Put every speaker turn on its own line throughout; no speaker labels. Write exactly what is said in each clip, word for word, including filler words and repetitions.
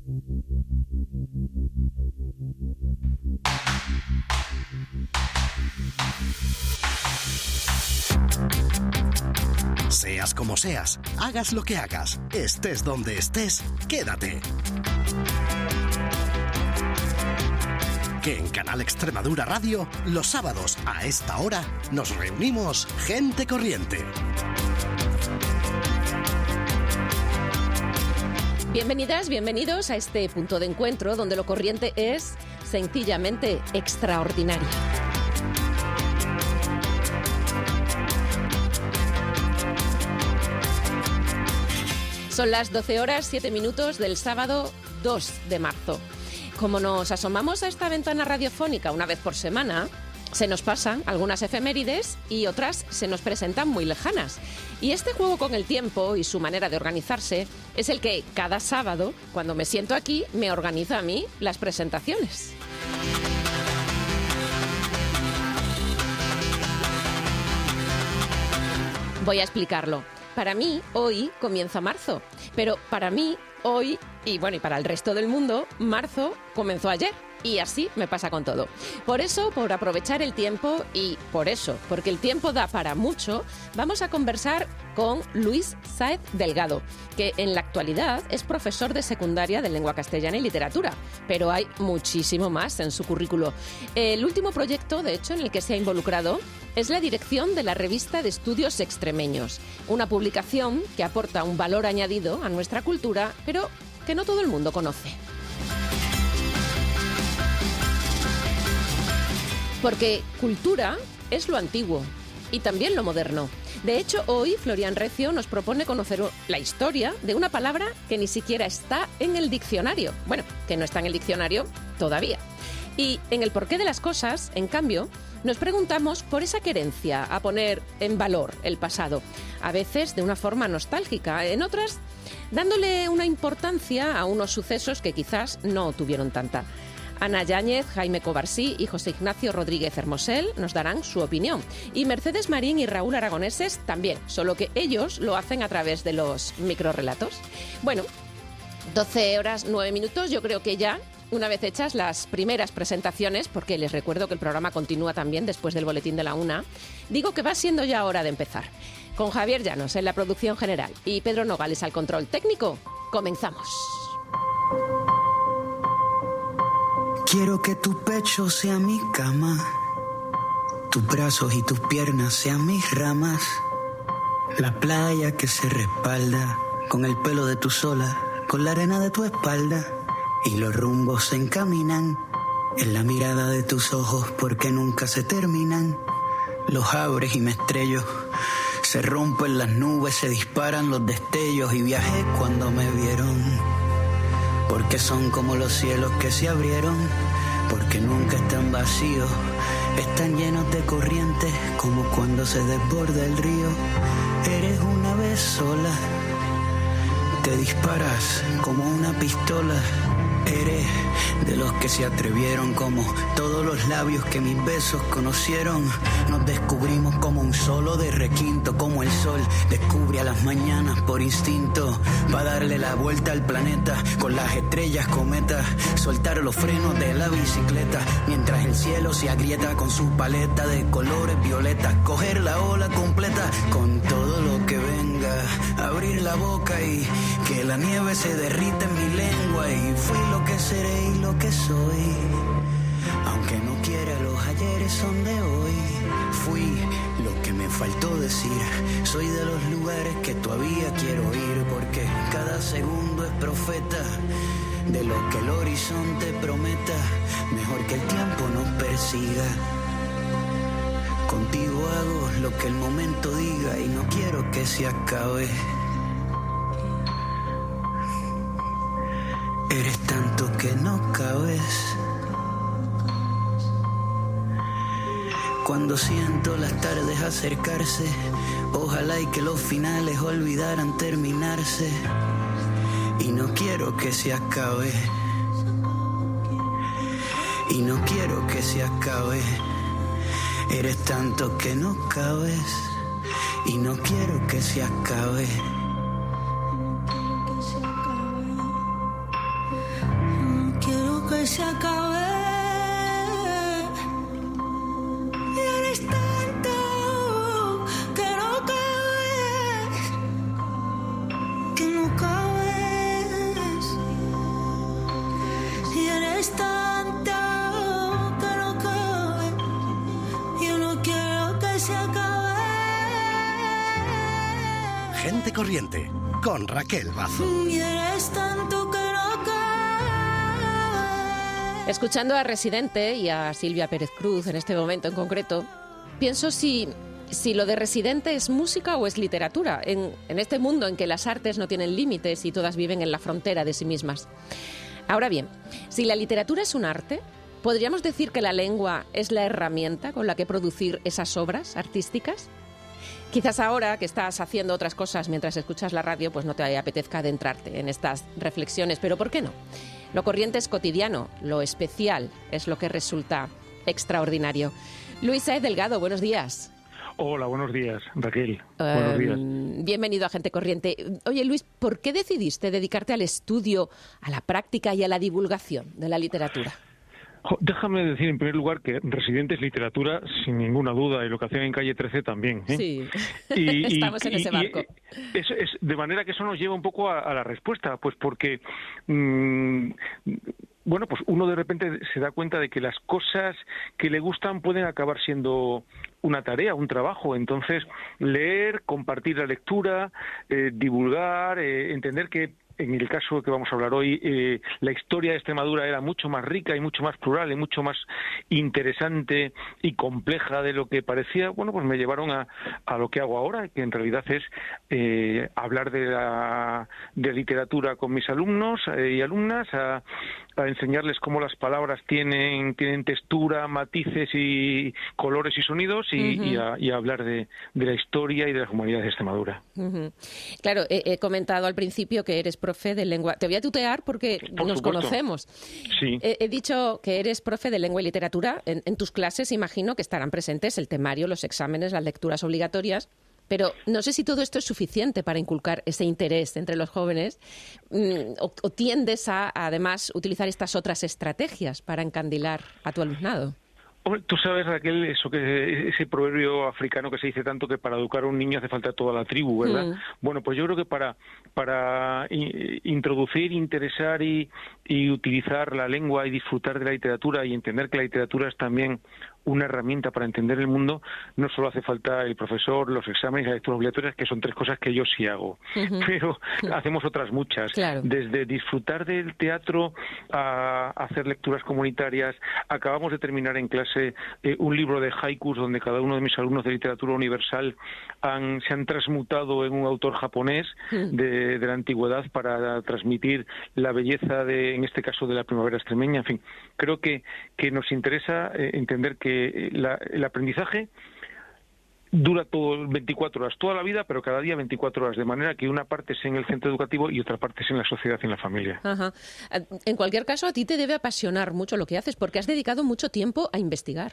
Seas como seas, hagas lo que hagas, estés donde estés, quédate. Que en Canal Extremadura Radio, los sábados a esta hora, nos reunimos Gente Corriente.
Bienvenidas, bienvenidos a este punto de encuentro donde lo corriente es sencillamente extraordinario. Son las doce horas, siete minutos del sábado dos de marzo. Como nos asomamos a esta ventana radiofónica una vez por semana, se nos pasan algunas efemérides y otras se nos presentan muy lejanas. Y este juego con el tiempo y su manera de organizarse es el que cada sábado, cuando me siento aquí, me organiza a mí las presentaciones. Voy a explicarlo. Para mí, hoy comienza marzo, pero para mí, hoy, y bueno, y para el resto del mundo, marzo comenzó ayer. Y así me pasa con todo. Por eso, por aprovechar el tiempo y por eso, porque el tiempo da para mucho, vamos a conversar con Luis Sáez Delgado, que en la actualidad es profesor de secundaria de lengua castellana y literatura, pero hay muchísimo más en su currículo. El último proyecto, de hecho, en el que se ha involucrado es la dirección de la Revista de Estudios Extremeños, una publicación que aporta un valor añadido a nuestra cultura, pero que no todo el mundo conoce. Porque cultura es lo antiguo y también lo moderno. De hecho, hoy Florian Recio nos propone conocer la historia de una palabra que ni siquiera está en el diccionario. Bueno, que no está en el diccionario todavía. Y en el porqué de las cosas, en cambio, nos preguntamos por esa querencia a poner en valor el pasado. A veces de una forma nostálgica, en otras dándole una importancia a unos sucesos que quizás no tuvieron tanta. Ana Yáñez, Jaime Covarsí y José Ignacio Rodríguez Hermosel nos darán su opinión. Y Mercedes Marín y Raúl Aragoneses también, solo que ellos lo hacen a través de los microrrelatos. Bueno, doce horas, nueve minutos, yo creo que ya, una vez hechas las primeras presentaciones, porque les recuerdo que el programa continúa también después del boletín de la una, digo que va siendo ya hora de empezar. Con Javier Llanos en la producción general y Pedro Nogales al control técnico, comenzamos.
Quiero que tu pecho sea mi cama, tus brazos y tus piernas sean mis ramas, la playa que se respalda con el pelo de tu sola, con la arena de tu espalda, y los rumbos se encaminan en la mirada de tus ojos porque nunca se terminan. Los abres y me estrello, se rompen las nubes, se disparan los destellos y viajé cuando me vieron. Porque son como los cielos que se abrieron, porque nunca están vacíos, están llenos de corrientes como cuando se desborda el río. Eres una vez sola, te disparas como una pistola. Eres de los que se atrevieron como todos los labios que mis besos conocieron. Nos descubrimos como un solo de requinto, como el sol descubre a las mañanas por instinto, para darle la vuelta al planeta con las estrellas cometas, soltar los frenos de la bicicleta mientras el cielo se agrieta con su paleta de colores violetas, coger la ola completa con todo lo que venga, abrir la boca y que la nieve se derrita en mi lengua. Y fui lo que seré y lo que soy, aunque no quiera, los ayeres son de hoy. Fui lo que me faltó decir, soy de los lugares que todavía quiero ir, porque cada segundo es profeta de lo que el horizonte prometa, mejor que el tiempo nos persiga. Contigo hago lo que el momento diga y no quiero que se acabe. Eres tanto que no cabes. Cuando siento las tardes acercarse, ojalá y que los finales olvidaran terminarse. Y no quiero que se acabe. Y no quiero que se acabe. Eres tanto que no cabes. Y no quiero que se acabe. que se acabe. Y eres tanto que no cabes, que no cabes. Y eres tanto que no cabes. Yo no quiero que se acabe.
Gente corriente, con Raquel Bazo.
Y eres tanto que no cabes.
Escuchando a Residente y a Silvia Pérez Cruz en este momento en concreto, pienso si, si lo de Residente es música o es literatura, en, en este mundo en que las artes no tienen límites y todas viven en la frontera de sí mismas. Ahora bien, si la literatura es un arte, ¿podríamos decir que la lengua es la herramienta con la que producir esas obras artísticas? Quizás ahora que estás haciendo otras cosas mientras escuchas la radio, pues no te apetezca adentrarte en estas reflexiones, pero ¿por qué no? Lo corriente es cotidiano, lo especial es lo que resulta extraordinario. Luis Sáez Delgado, buenos días.
Hola, buenos días, Raquel.
Um,
buenos días.
Bienvenido a Gente Corriente. Oye, Luis, ¿por qué decidiste dedicarte al estudio, a la práctica y a la divulgación de la literatura?
Déjame decir en primer lugar que Residente es literatura sin ninguna duda y lo que hacen en Calle trece también. ¿eh?
Sí,
y,
estamos
y,
en ese barco.
Y, es, es, de manera que eso nos lleva un poco a, a la respuesta, pues porque... Mmm, bueno, pues uno de repente se da cuenta de que las cosas que le gustan pueden acabar siendo una tarea, un trabajo. Entonces, leer, compartir la lectura, eh, divulgar, eh, entender que en el caso que vamos a hablar hoy, eh, la historia de Extremadura era mucho más rica y mucho más plural y mucho más interesante y compleja de lo que parecía. Bueno, pues me llevaron a, a lo que hago ahora, que en realidad es eh, hablar de la de literatura con mis alumnos eh, y alumnas, a, a enseñarles cómo las palabras tienen tienen textura, matices y colores y sonidos y, uh-huh. y, a, y a hablar de, de la historia y de las humanidades de Extremadura.
Uh-huh. Claro, he, he comentado al principio que eres profe de lengua. Te voy a tutear porque
Por
nos
supuesto.
conocemos.
Sí.
He, he dicho que eres profe de lengua y literatura. En, en tus clases imagino que estarán presentes el temario, los exámenes, las lecturas obligatorias. Pero no sé si todo esto es suficiente para inculcar ese interés entre los jóvenes mmm, o, o tiendes a, a, además, utilizar estas otras estrategias para encandilar a tu alumnado.
Tú sabes, Raquel, eso que ese proverbio africano que se dice tanto que para educar a un niño hace falta toda la tribu, ¿verdad? Mm. Bueno, pues yo creo que para para introducir, interesar y, y utilizar la lengua y disfrutar de la literatura y entender que la literatura es también una herramienta para entender el mundo, no solo hace falta el profesor, los exámenes y las lecturas obligatorias, que son tres cosas que yo sí hago, uh-huh. pero hacemos otras muchas.
Claro.
Desde disfrutar del teatro a hacer lecturas comunitarias. Acabamos de terminar en clase eh, un libro de haikus donde cada uno de mis alumnos de literatura universal han, se han transmutado en un autor japonés uh-huh. de, de la antigüedad para transmitir la belleza, de, en este caso, de la primavera extremeña. En fin, creo que, que nos interesa eh, entender que La, el aprendizaje dura todo veinticuatro horas, toda la vida, pero cada día veinticuatro horas, de manera que una parte es en el centro educativo y otra parte es en la sociedad y en la familia.
Ajá. En cualquier caso, a ti te debe apasionar mucho lo que haces, porque has dedicado mucho tiempo a investigar.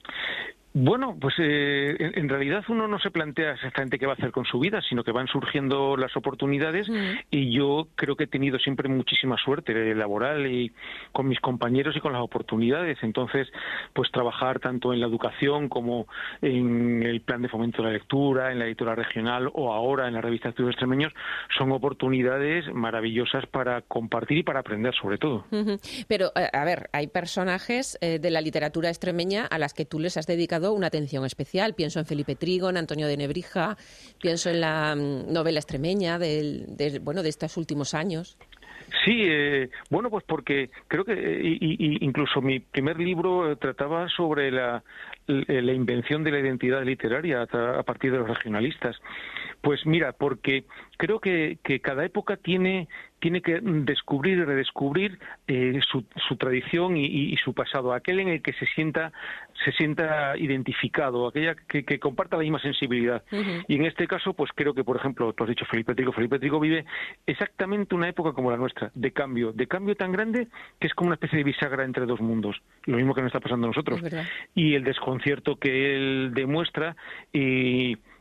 Bueno, pues eh, en, en realidad uno no se plantea exactamente qué va a hacer con su vida, sino que van surgiendo las oportunidades mm. y yo creo que he tenido siempre muchísima suerte laboral y con mis compañeros y con las oportunidades. Entonces, pues trabajar tanto en la educación como en el plan de fomento de la lectura, en la editorial regional o ahora en la revista Estudios Extremeños son oportunidades maravillosas para compartir y para aprender sobre todo.
Uh-huh. Pero, a ver, hay personajes eh, de la literatura extremeña a las que tú les has dedicado una atención especial. Pienso en Felipe Trigo, en Antonio de Nebrija, pienso en la um, novela extremeña del, de, bueno, de estos últimos años.
Sí, eh, bueno, pues porque creo que y, y, incluso mi primer libro trataba sobre la, la invención de la identidad literaria a, a partir de los regionalistas. Pues mira, porque creo que, que cada época tiene tiene que descubrir y redescubrir eh, su, su tradición y, y, y su pasado, aquel en el que se sienta se sienta identificado, aquella que, que comparta la misma sensibilidad. Uh-huh. Y en este caso, pues creo que, por ejemplo, tú has dicho Felipe Trigo, Felipe Trigo vive exactamente una época como la nuestra, de cambio, de cambio tan grande que es como una especie de bisagra entre dos mundos, lo mismo que nos está pasando a nosotros. Y el desconcierto que él demuestra y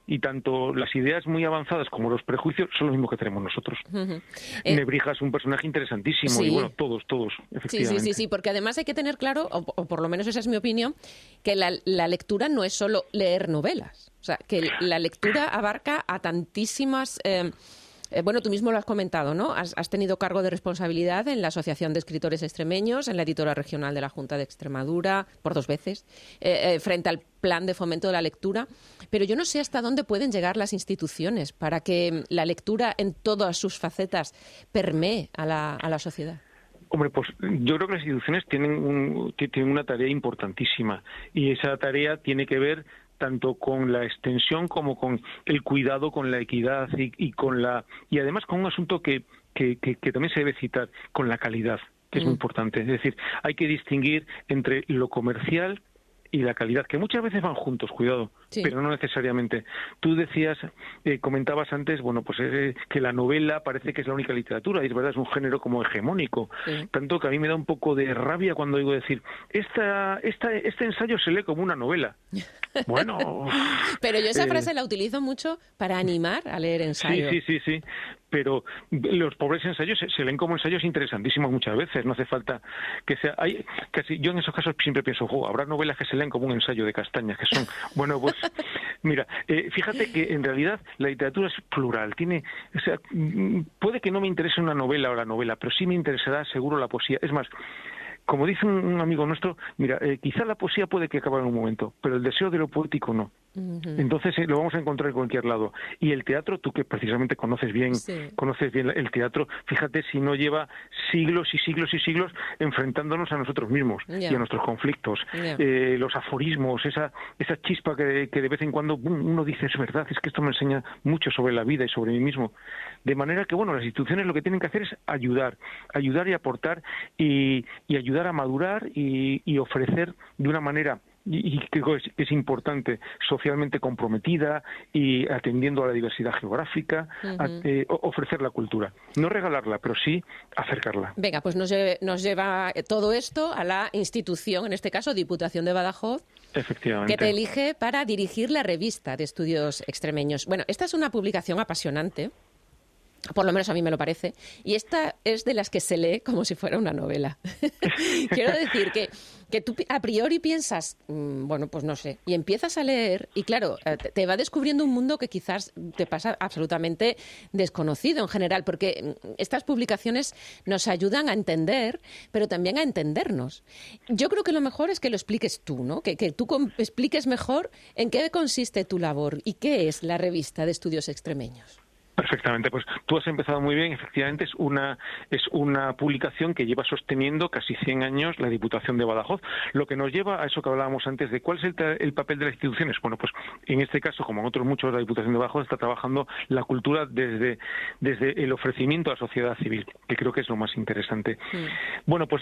y tanto las ideas muy avanzadas como los prejuicios son lo mismo que tenemos nosotros.
Uh-huh. eh,
Nebrija es un personaje interesantísimo
sí.
y bueno, todos, todos, efectivamente.
Sí, sí, sí, sí, porque además hay que tener claro, o, o por lo menos esa es mi opinión, que la, la lectura no es solo leer novelas. O sea, que la lectura abarca a tantísimas... Eh, Eh, bueno, tú mismo lo has comentado, ¿no? Has, has tenido cargo de responsabilidad en la Asociación de Escritores Extremeños, en la editora regional de la Junta de Extremadura, por dos veces, eh, eh, frente al Plan de Fomento de la Lectura. Pero yo no sé hasta dónde pueden llegar las instituciones para que la lectura en todas sus facetas permee a la, a la sociedad.
Hombre, pues yo creo que las instituciones tienen, un, tienen una tarea importantísima y esa tarea tiene que ver tanto con la extensión como con el cuidado, con la equidad y, y con la y además con un asunto que, que, que, que también se debe citar, con la calidad, que es muy importante. Es decir, hay que distinguir entre lo comercial y la calidad, que muchas veces van juntos, cuidado, sí. pero no necesariamente. Tú decías, eh, comentabas antes, bueno, pues eh, que la novela parece que es la única literatura, y es verdad, es un género como hegemónico, sí. tanto que a mí me da un poco de rabia cuando digo decir, esta, esta, este ensayo se lee como una novela. Bueno...
pero yo esa
eh,
frase la utilizo mucho para animar a leer ensayos.
Sí, sí, sí, sí. Pero los pobres ensayos se, se leen como ensayos interesantísimos muchas veces, no hace falta que sea... Hay, casi, yo en esos casos siempre pienso, oh, habrá novelas que se leen como un ensayo de Castañas, que son... Bueno, pues, mira, eh, fíjate que en realidad la literatura es plural, tiene... O sea, puede que no me interese una novela o la novela, pero sí me interesará seguro la poesía. Es más... Como dice un amigo nuestro, mira, eh, quizá la poesía puede que acabe en un momento, pero el deseo de lo poético no. Uh-huh. Entonces eh, lo vamos a encontrar en cualquier lado. Y el teatro, tú que precisamente conoces bien, sí. conoces bien el teatro, fíjate si no lleva siglos y siglos y siglos enfrentándonos a nosotros mismos yeah. y a nuestros conflictos. Yeah. Eh, los aforismos, esa esa chispa que, que de vez en cuando uno dice, es verdad, es que esto me enseña mucho sobre la vida y sobre mí mismo. De manera que, bueno, las instituciones lo que tienen que hacer es ayudar, ayudar y aportar y, y ayudar a madurar y, y ofrecer de una manera y creo que es, es importante, socialmente comprometida y atendiendo a la diversidad geográfica, uh-huh. a, eh, ofrecer la cultura. No regalarla, pero sí acercarla.
Venga, pues nos, lle- nos lleva todo esto a la institución, en este caso Diputación de Badajoz,
efectivamente,
que te elige para dirigir la revista de estudios extremeños. Bueno, esta es una publicación apasionante, por lo menos a mí me lo parece, y esta es de las que se lee como si fuera una novela. Quiero decir que, que tú a priori piensas, mmm, bueno, pues no sé, y empiezas a leer y claro, te va descubriendo un mundo que quizás te pasa absolutamente desconocido en general, porque estas publicaciones nos ayudan a entender, pero también a entendernos. Yo creo que lo mejor es que lo expliques tú, ¿no? Que, que tú expliques mejor en qué consiste tu labor y qué es la revista de estudios extremeños.
Perfectamente, pues tú has empezado muy bien. Efectivamente es una es una publicación que lleva sosteniendo casi cien años la Diputación de Badajoz, lo que nos lleva a eso que hablábamos antes de cuál es el, el papel de las instituciones. Bueno, pues en este caso, como en otros muchos, la Diputación de Badajoz está trabajando la cultura desde desde el ofrecimiento a la sociedad civil, que creo que es lo más interesante. Sí. Bueno, pues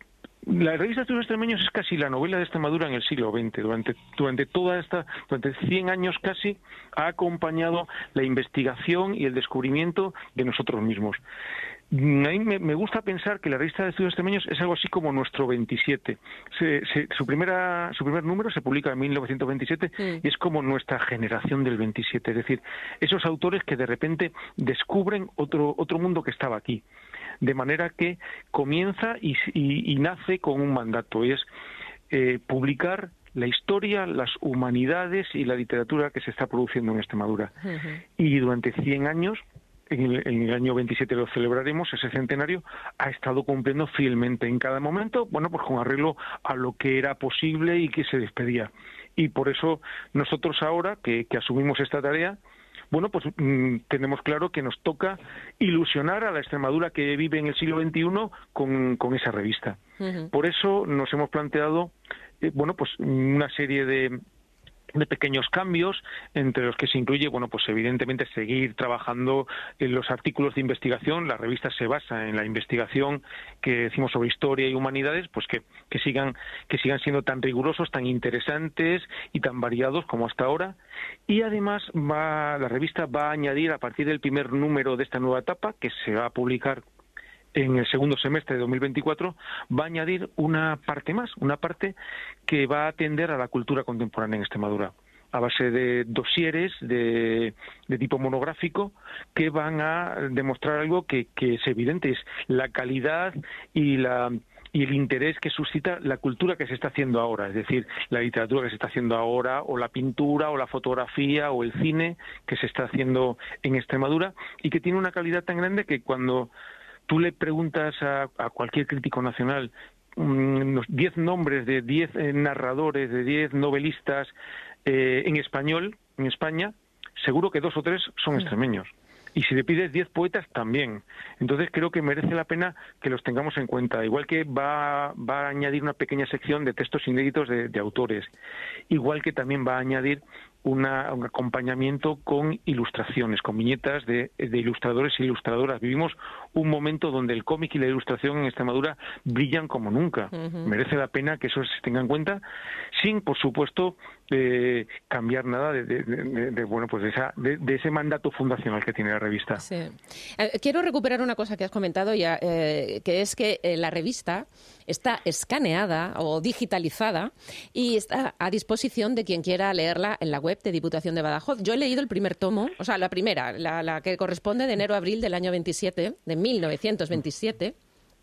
la revista de Estudios Extremeños es casi la novela de Extremadura en el siglo veinte. Durante, durante toda esta, durante cien años casi, ha acompañado la investigación y el descubrimiento de nosotros mismos. A mí me, me gusta pensar que la revista de Estudios Extremeños es algo así como nuestro veintisiete. Se, se, su primera, su primer número se publica en mil novecientos veintisiete sí. y es como nuestra generación del veintisiete. Es decir, esos autores que de repente descubren otro, otro mundo que estaba aquí. De manera que comienza y, y, y nace con un mandato, y es eh, publicar la historia, las humanidades y la literatura que se está produciendo en Extremadura. Uh-huh. Y durante cien años, en el, en el año veintisiete lo celebraremos, ese centenario, ha estado cumpliendo fielmente en cada momento, bueno, pues con arreglo a lo que era posible y que se despedía. Y por eso nosotros ahora, que, que asumimos esta tarea, bueno, pues mmm, tenemos claro que nos toca ilusionar a la Extremadura que vive en el siglo veintiuno con, con esa revista. Uh-huh. Por eso nos hemos planteado, eh, bueno, pues una serie de, de pequeños cambios, entre los que se incluye, bueno, pues evidentemente seguir trabajando en los artículos de investigación. La revista se basa en la investigación que decimos sobre historia y humanidades, pues que, que sigan que sigan siendo tan rigurosos, tan interesantes y tan variados como hasta ahora. Y además va la revista va a añadir, a partir del primer número de esta nueva etapa, que se va a publicar en el segundo semestre de dos mil veinticuatro, va a añadir una parte más, una parte que va a atender a la cultura contemporánea en Extremadura. a base de dosieres de, de tipo monográfico que van a demostrar algo que, que es evidente, es la calidad y la y el interés que suscita la cultura que se está haciendo ahora, es decir, la literatura que se está haciendo ahora, o la pintura, o la fotografía, o el cine que se está haciendo en Extremadura, y que tiene una calidad tan grande que cuando tú le preguntas a, a cualquier crítico nacional unos diez nombres de diez eh, narradores, de diez novelistas eh, en español, en España, seguro que dos o tres son extremeños. Y si le pides diez poetas, también. Entonces creo que merece la pena que los tengamos en cuenta. Igual que va, va a añadir una pequeña sección de textos inéditos de, de autores. Igual que también va a añadir una, un acompañamiento con ilustraciones, con viñetas de, de ilustradores e ilustradoras. Vivimos un momento donde el cómic y la ilustración en Extremadura brillan como nunca. Uh-huh. Merece la pena que eso se tenga en cuenta, sin, por supuesto, eh, cambiar nada de, de, de, de bueno, pues de, esa, de, de ese mandato fundacional que tiene la revista.
Sí. Eh, quiero recuperar una cosa que has comentado ya, eh, que es que eh, la revista está escaneada o digitalizada y está a disposición de quien quiera leerla en la web de Diputación de Badajoz. Yo he leído el primer tomo, o sea, la primera, la, la que corresponde de enero a abril del año veintisiete, de mil novecientos veintisiete.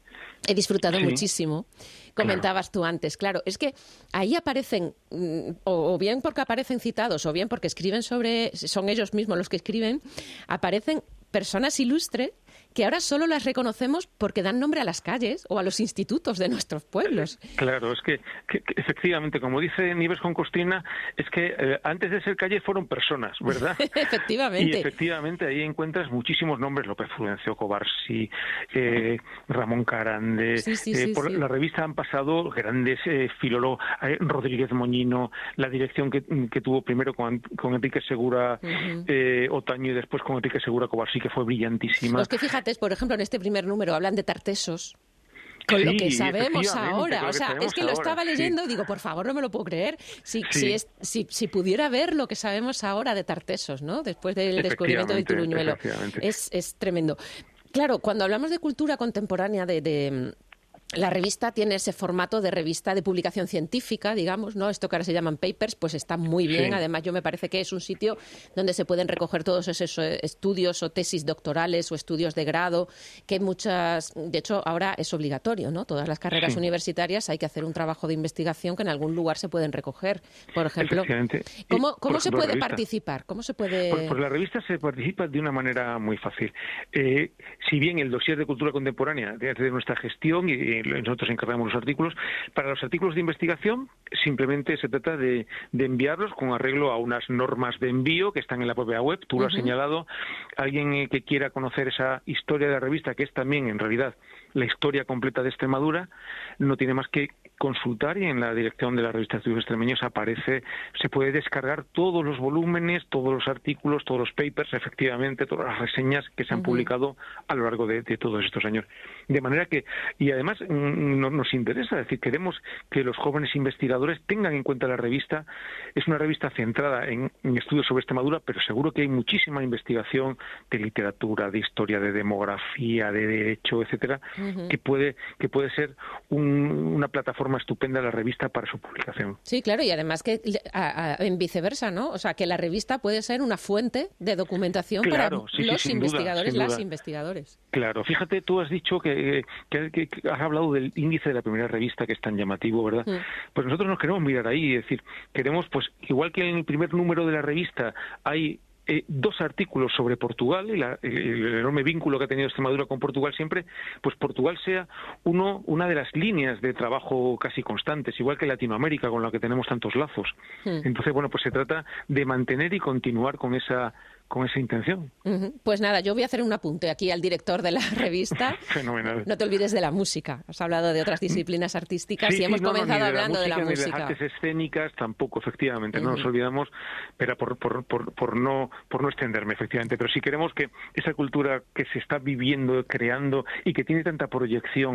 He disfrutado sí. muchísimo. Comentabas claro. tú antes, claro, es que ahí aparecen, o, o bien porque aparecen citados, o bien porque escriben sobre, son ellos mismos los que escriben, aparecen personas ilustres que ahora solo las reconocemos porque dan nombre a las calles o a los institutos de nuestros pueblos.
Claro, es que, que, que efectivamente, como dice Nieves con Costina, es que eh, antes de ser calle fueron personas, ¿verdad?
Efectivamente.
Y efectivamente ahí encuentras muchísimos nombres, López Fulgencio Cobarsi, eh, Ramón Carande,
sí, sí,
eh,
sí,
por
sí.
la revista han pasado grandes eh, filólogos, eh, Rodríguez Moñino, la dirección que, que tuvo primero con, con Enrique Segura uh-huh. eh, Otaño y después con Enrique Segura Cobarsi, que fue brillantísima.
Los que fíjate, por ejemplo, en este primer número hablan de Tartesos. Con sí, lo que sabemos ahora, o sea, es que lo estaba ahora, leyendo sí. y digo, por favor, no me lo puedo creer. Si, sí. si, es, si, si pudiera ver lo que sabemos ahora de Tartesos, ¿no? Después del descubrimiento de Turuñuelo. Es, es tremendo. Claro, cuando hablamos de cultura contemporánea, de... de la revista tiene ese formato de revista de publicación científica, digamos, ¿no? Esto que ahora se llaman papers, pues está muy bien. Sí. Además, yo me parece que es un sitio donde se pueden recoger todos esos estudios o tesis doctorales o estudios de grado, que muchas... De hecho, ahora es obligatorio, ¿no? Todas las carreras sí. universitarias hay que hacer un trabajo de investigación que en algún lugar se pueden recoger. Por ejemplo, ¿cómo, cómo por se ejemplo, puede participar? ¿Cómo se puede...?
Por, por la revista se participa de una manera muy fácil. Eh, si bien el dossier de cultura contemporánea de nuestra gestión y nosotros encargamos los artículos. Para los artículos de investigación, simplemente se trata de, de enviarlos con arreglo a unas normas de envío que están en la propia web. Tú lo has uh-huh. señalado. Alguien que quiera conocer esa historia de la revista, que es también, en realidad, la historia completa de Extremadura, no tiene más que consultar y en la dirección de la revista Estudios Extremeños aparece, se puede descargar todos los volúmenes, todos los artículos, todos los papers, efectivamente, todas las reseñas que se han uh-huh. publicado a lo largo de, de todos estos años. De manera que, y además no, nos interesa, es decir, queremos que los jóvenes investigadores tengan en cuenta la revista. Es una revista centrada en, en estudios sobre Extremadura, pero seguro que hay muchísima investigación de literatura, de historia, de demografía, de derecho, etcétera, uh-huh. que puede que puede ser un, una plataforma estupenda la revista para su publicación.
Sí, claro, y además que a, a, en viceversa, ¿no? O sea, que la revista puede ser una fuente de documentación
claro,
para
sí,
los
sí,
investigadores,
duda,
las
duda.
investigadores.
Claro, fíjate, tú has dicho que, que, que, que has hablado del índice de la primera revista, que es tan llamativo, ¿verdad? Mm. Pues nosotros nos queremos mirar ahí, es decir, queremos, pues, igual que en el primer número de la revista hay Eh, dos artículos sobre Portugal y la, el enorme vínculo que ha tenido Extremadura con Portugal siempre, pues Portugal sea uno una de las líneas de trabajo casi constantes, igual que Latinoamérica, con la que tenemos tantos lazos. Mm. Entonces, bueno, pues se trata de mantener y continuar con esa con esa intención.
Uh-huh. Pues nada, yo voy a hacer un apunte aquí al director de la revista.
Fenomenal.
No te olvides de la música. Has hablado de otras disciplinas artísticas
sí,
y hemos
sí, no,
comenzado
no,
hablando
de la música,
de la
música. Ni de las artes escénicas tampoco, efectivamente. Uh-huh. No nos olvidamos, pero por, por, por, por, no, por no extenderme, efectivamente. Pero si queremos que esa cultura que se está viviendo, creando y que tiene tanta proyección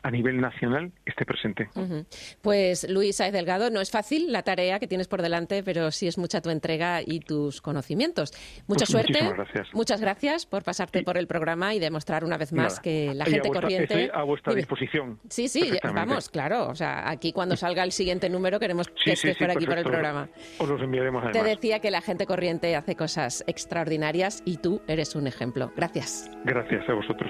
a nivel nacional esté presente.
Uh-huh. Pues Luis Sáez Delgado, no es fácil la tarea que tienes por delante, pero sí es mucha tu entrega y tus conocimientos. Mucha
Pues
suerte.
muchísimas gracias.
Muchas gracias por pasarte y, por el programa y demostrar una vez más
nada,
que la
y
gente
a vuestra,
corriente...
Estoy a vuestra
Dime.
disposición.
Sí, sí, vamos, claro. O sea, aquí cuando salga el siguiente número queremos que
Sí,
estés
sí, sí,
por aquí para el
perfecto.
programa.
Os los enviaremos además.
Te decía que la gente corriente hace cosas extraordinarias y tú eres un ejemplo. Gracias.
Gracias a vosotros.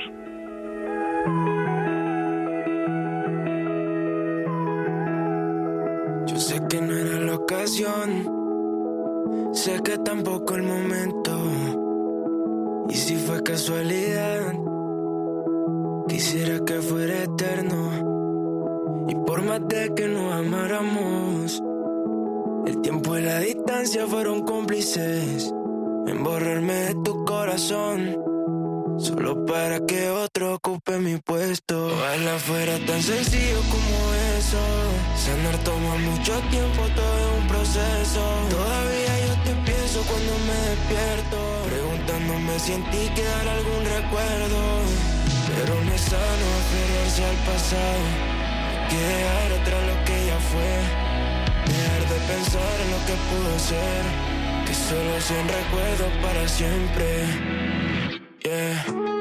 Yo sé que no era la ocasión, sé que tampoco el momento. Y si fue casualidad, quisiera que fuera eterno. Y por más de que nos amáramos, el tiempo y la distancia fueron cómplices en borrarme de tu corazón, solo para que otro ocupe mi puesto. Ojalá fuera tan sencillo como eso. Sanar toma mucho tiempo, todo es un proceso. Todavía yo te pienso cuando me despierto, preguntándome si en ti quedará algún recuerdo. Pero no es sano aferrarse al pasado, hay que dejar atrás lo que ya fue, dejar de pensar en lo que pudo ser, que solo son recuerdos para siempre. Yeah.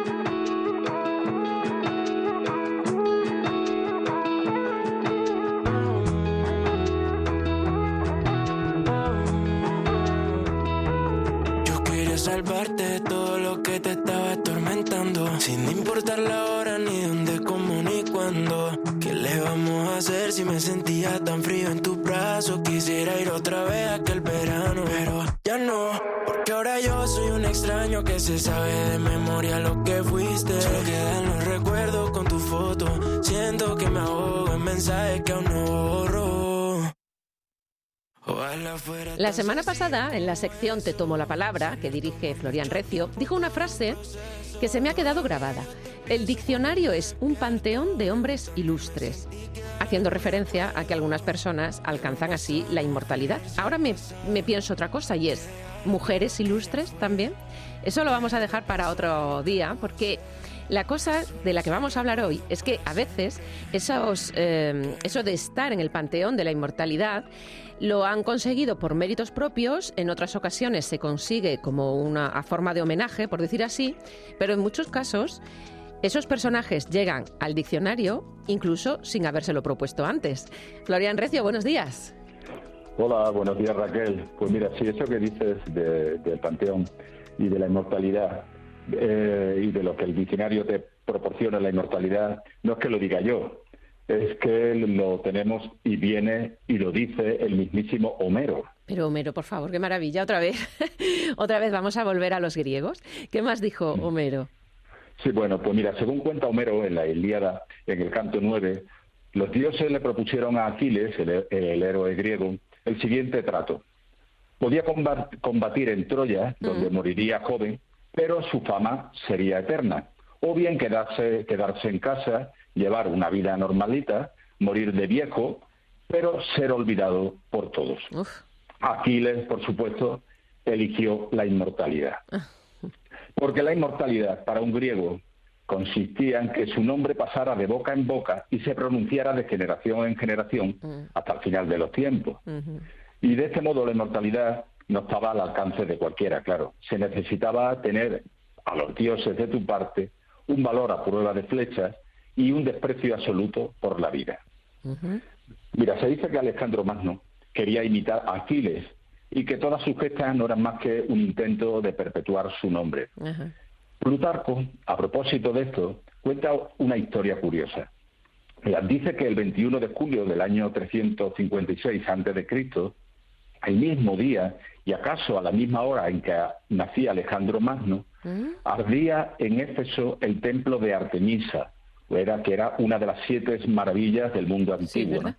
Salvarte de todo lo que te estaba atormentando, sin importar la hora, ni dónde, cómo, ni cuándo. ¿Qué le vamos a hacer si me sentía tan frío en tus brazos? Quisiera ir otra vez a aquel verano, pero ya no, porque ahora yo soy un extraño que se sabe de memoria lo que fuiste. Solo quedan los recuerdos con tu foto, siento que me ahogo en mensajes que aún no borro.
La semana pasada, en la sección Te tomo la palabra, que dirige Florian Recio, dijo una frase que se me ha quedado grabada. El diccionario es un panteón de hombres ilustres, haciendo referencia a que algunas personas alcanzan así la inmortalidad. Ahora me, me pienso otra cosa y es, ¿mujeres ilustres también? Eso lo vamos a dejar para otro día, porque la cosa de la que vamos a hablar hoy es que a veces esos, eh, eso de estar en el panteón de la inmortalidad lo han conseguido por méritos propios, en otras ocasiones se consigue como una forma de homenaje, por decir así, pero en muchos casos esos personajes llegan al diccionario incluso sin habérselo propuesto antes. Florian Recio, buenos días.
Hola, buenos días, Raquel. Pues mira, sí, eso que dices de, del panteón y de la inmortalidad eh, y de lo que el diccionario te proporciona, la inmortalidad, no es que lo diga yo, es que lo tenemos y viene y lo dice el mismísimo Homero.
Pero Homero, por favor, qué maravilla, otra vez. Otra vez vamos a volver a los griegos. ¿Qué más dijo Homero?
Sí, bueno, pues mira, según cuenta Homero en la Ilíada, en el canto nueve, los dioses le propusieron a Aquiles, el, el héroe griego, el siguiente trato. Podía combatir en Troya, donde mm. moriría joven, pero su fama sería eterna. O bien quedarse, quedarse en casa, llevar una vida normalita, morir de viejo, pero ser olvidado por todos. Uf. Aquiles, por supuesto, eligió la inmortalidad. Porque la inmortalidad, para un griego, consistía en que su nombre pasara de boca en boca y se pronunciara de generación en generación uh. hasta el final de los tiempos. Uh-huh. Y de este modo la inmortalidad no estaba al alcance de cualquiera, claro. Se necesitaba tener a los dioses de tu parte un valor a prueba de flechas y un desprecio absoluto por la vida. Uh-huh. Mira, se dice que Alejandro Magno quería imitar a Aquiles y que todas sus gestas no eran más que un intento de perpetuar su nombre. Uh-huh. Plutarco, a propósito de esto, cuenta una historia curiosa. Mira, dice que el veintiuno de julio del año trescientos cincuenta y seis antes de Cristo, el mismo día y acaso a la misma hora en que nacía Alejandro Magno, ¿Mm? ardía en Éfeso el templo de Artemisa, era, que era una de las siete maravillas del mundo antiguo. Sí, ¿no?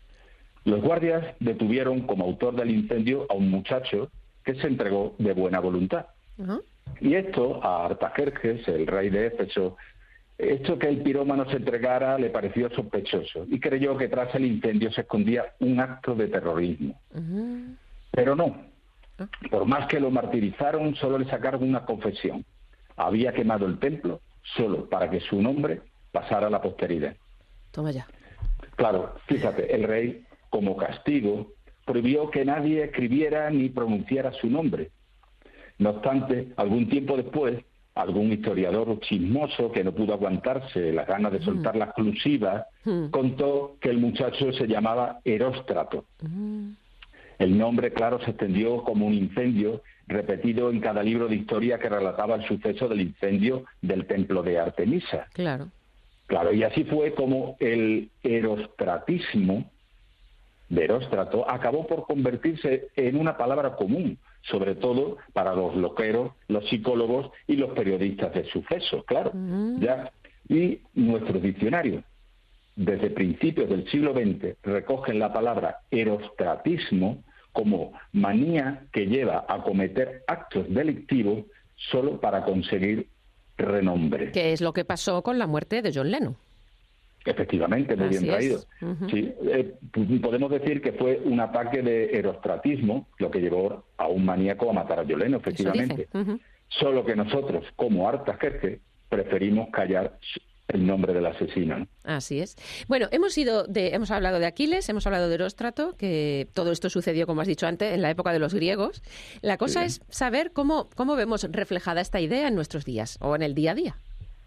Los guardias detuvieron como autor del incendio a un muchacho que se entregó de buena voluntad. Uh-huh. Y esto a Artajerjes, el rey de Éfeso, esto que el pirómano se entregara le pareció sospechoso y creyó que tras el incendio se escondía un acto de terrorismo. Uh-huh. Pero no. Uh-huh. Por más que lo martirizaron, solo le sacaron una confesión. Había quemado el templo solo para que su nombre pasara a la posteridad.
Toma ya.
Claro, fíjate, el rey, como castigo, prohibió que nadie escribiera ni pronunciara su nombre. No obstante, algún tiempo después, algún historiador chismoso que no pudo aguantarse las ganas de soltar mm. la exclusiva, mm. contó que el muchacho se llamaba Eróstrato. Mm. El nombre, claro, se extendió como un incendio, repetido en cada libro de historia que relataba el suceso del incendio del templo de Artemisa.
Claro.
Claro, y así fue como el erostratismo de Eróstrato acabó por convertirse en una palabra común, sobre todo para los loqueros, los psicólogos y los periodistas de sucesos, claro. Mm. ya Y nuestros diccionarios, desde principios del siglo veinte, recogen la palabra erostratismo como manía que lleva a cometer actos delictivos solo para conseguir renombre.
¿Qué es lo que pasó con la muerte de John Lennon?
Efectivamente, muy
Así
bien traído.
Uh-huh.
Sí, eh, podemos decir que fue un ataque de erostratismo lo que llevó a un maníaco a matar a John Lennon, efectivamente. Uh-huh. Solo que nosotros, como Artajerjes, preferimos callar el nombre del asesino, ¿no?
Así es. Bueno, hemos ido de, hemos hablado de Aquiles, hemos hablado de Eróstrato, que todo esto sucedió, como has dicho antes, en la época de los griegos. La cosa sí. es saber cómo, cómo vemos reflejada esta idea en nuestros días o en el día a día.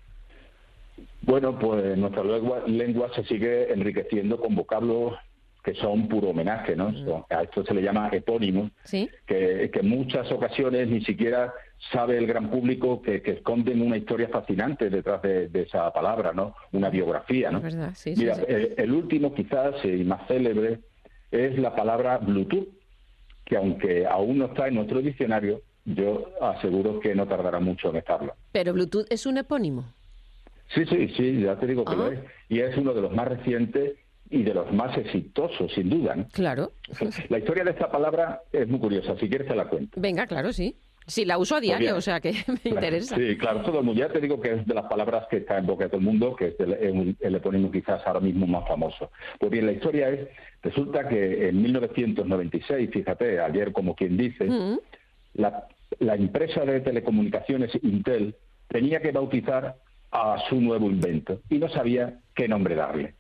Bueno, pues nuestra lengua, lengua se sigue enriqueciendo con vocablos que son puro homenaje, ¿no? Mm. A esto se le llama epónimos,
¿Sí?
que, que en muchas ocasiones ni siquiera sabe el gran público que, que esconden una historia fascinante detrás de, de esa palabra, ¿no? Una biografía, ¿no?
Es verdad, sí,
Mira,
sí, sí.
El, el último quizás y más célebre es la palabra Bluetooth, que aunque aún no está en nuestro diccionario, yo aseguro que no tardará mucho en estarlo.
Pero Bluetooth es un epónimo.
Sí, sí, sí, ya te digo que
ah.
lo es. Y es uno de los más recientes y de los más exitosos, sin duda, ¿no?
Claro.
La historia de esta palabra es muy curiosa, si quieres te la cuento.
Venga, claro, sí. Sí, la uso a diario, o sea que me
claro,
interesa.
Sí, claro, todo el mundo. Ya te digo que es de las palabras que está en boca de todo el mundo, que es el, el, el epónimo quizás ahora mismo más famoso. Pues bien, la historia es, resulta que en mil novecientos noventa y seis, fíjate, ayer como quien dice, uh-huh. la, la empresa de telecomunicaciones Intel tenía que bautizar a su nuevo invento y no sabía qué nombre darle.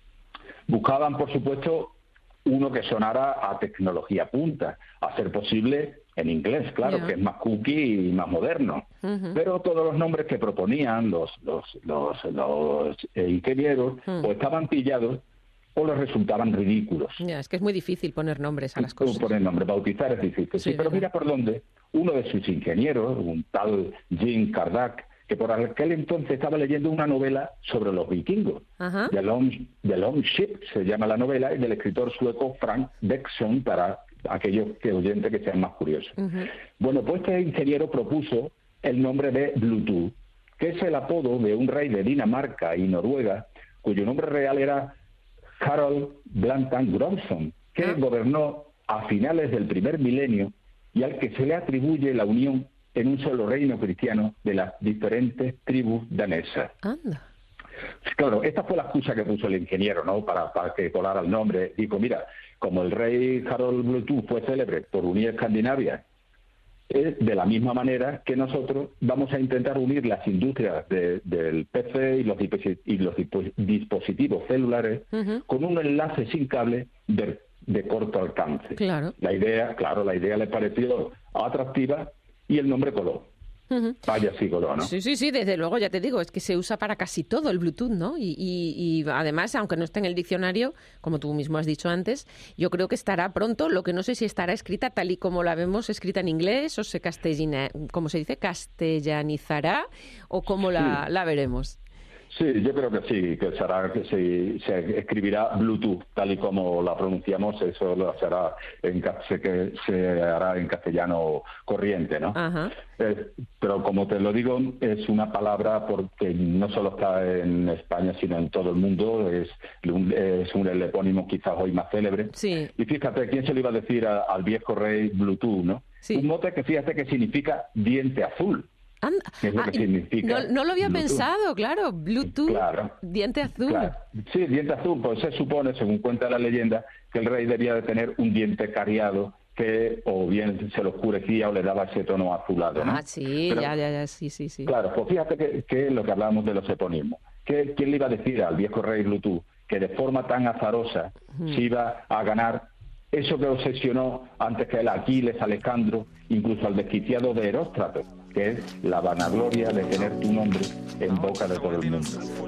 Buscaban, por supuesto, uno que sonara a tecnología punta, a ser posible en inglés, claro, yeah. que es más cookie y más moderno. Uh-huh. Pero todos los nombres que proponían los, los, los, los eh, ingenieros uh-huh. o estaban pillados o les resultaban ridículos.
Yeah, es que es muy difícil poner nombres a las cosas.
Poner nombres, bautizar es difícil. Sí, sí, pero mira por dónde uno de sus ingenieros, un tal Jim Kardach, que por aquel entonces estaba leyendo una novela sobre los vikingos. Uh-huh. The Long, The Long Ship se llama la novela, y del escritor sueco Frank Bexon, para aquellos que oyentes que sean más curiosos. Uh-huh. Bueno, pues este ingeniero propuso el nombre de Bluetooth, que es el apodo de un rey de Dinamarca y Noruega, cuyo nombre real era Harald Blantan Gromson, que uh-huh. gobernó a finales del primer milenio y al que se le atribuye la unión en un solo reino cristiano de las diferentes tribus danesas.
Anda.
Claro, esta fue la excusa que puso el ingeniero, ¿no? Para, para que colara el nombre. Dijo, mira, como el rey Harald Bluetooth fue célebre por unir Escandinavia, es de la misma manera que nosotros vamos a intentar unir las industrias de, del P C y los, y los dispositivos celulares uh-huh. con un enlace sin cable de, de corto alcance.
Claro. La
idea, claro, la idea le pareció atractiva y el nombre coló. Uh-huh. Vaya, sí coló, ¿no?
Sí, sí, sí, desde luego, ya te digo, es que se usa para casi todo el Bluetooth, ¿no? Y, y, y además, aunque no esté en el diccionario, como tú mismo has dicho antes, yo creo que estará pronto, lo que no sé si estará escrita tal y como la vemos escrita en inglés, o se castellina, ¿cómo se dice? ¿Castellanizará? ¿O cómo la, sí. la veremos?
Sí, yo creo que sí, que será que se, se escribirá Bluetooth, tal y como la pronunciamos, eso lo será en, se, que se hará en castellano corriente, ¿no?
Ajá.
Eh, pero como te lo digo, es una palabra porque no solo está en España, sino en todo el mundo, es un, es un el epónimo quizás hoy más célebre.
Sí.
Y fíjate, ¿quién se le iba a decir a, al viejo rey Bluetooth, no?
Sí.
Un mote que fíjate que significa diente azul.
Anda.
Es lo
ah,
que significa
no, no lo había
Bluetooth.
pensado, claro. Bluetooth,
claro.
diente azul.
Claro. Sí, diente azul, pues se supone, según cuenta la leyenda, que el rey debía de tener un diente cariado que o bien se lo oscurecía o le daba ese tono azulado, ¿no?
Ah, sí, Pero, ya, ya, ya, sí, sí, sí.
Claro, pues fíjate que, que lo que hablábamos de los eponismos. ¿Qué, ¿Quién le iba a decir al viejo rey Bluetooth que de forma tan azarosa mm. se iba a ganar eso que obsesionó antes que el Aquiles, Alejandro, incluso al desquiciado de Heróstrato, que es la vanagloria de tener tu nombre en boca de todo el mundo.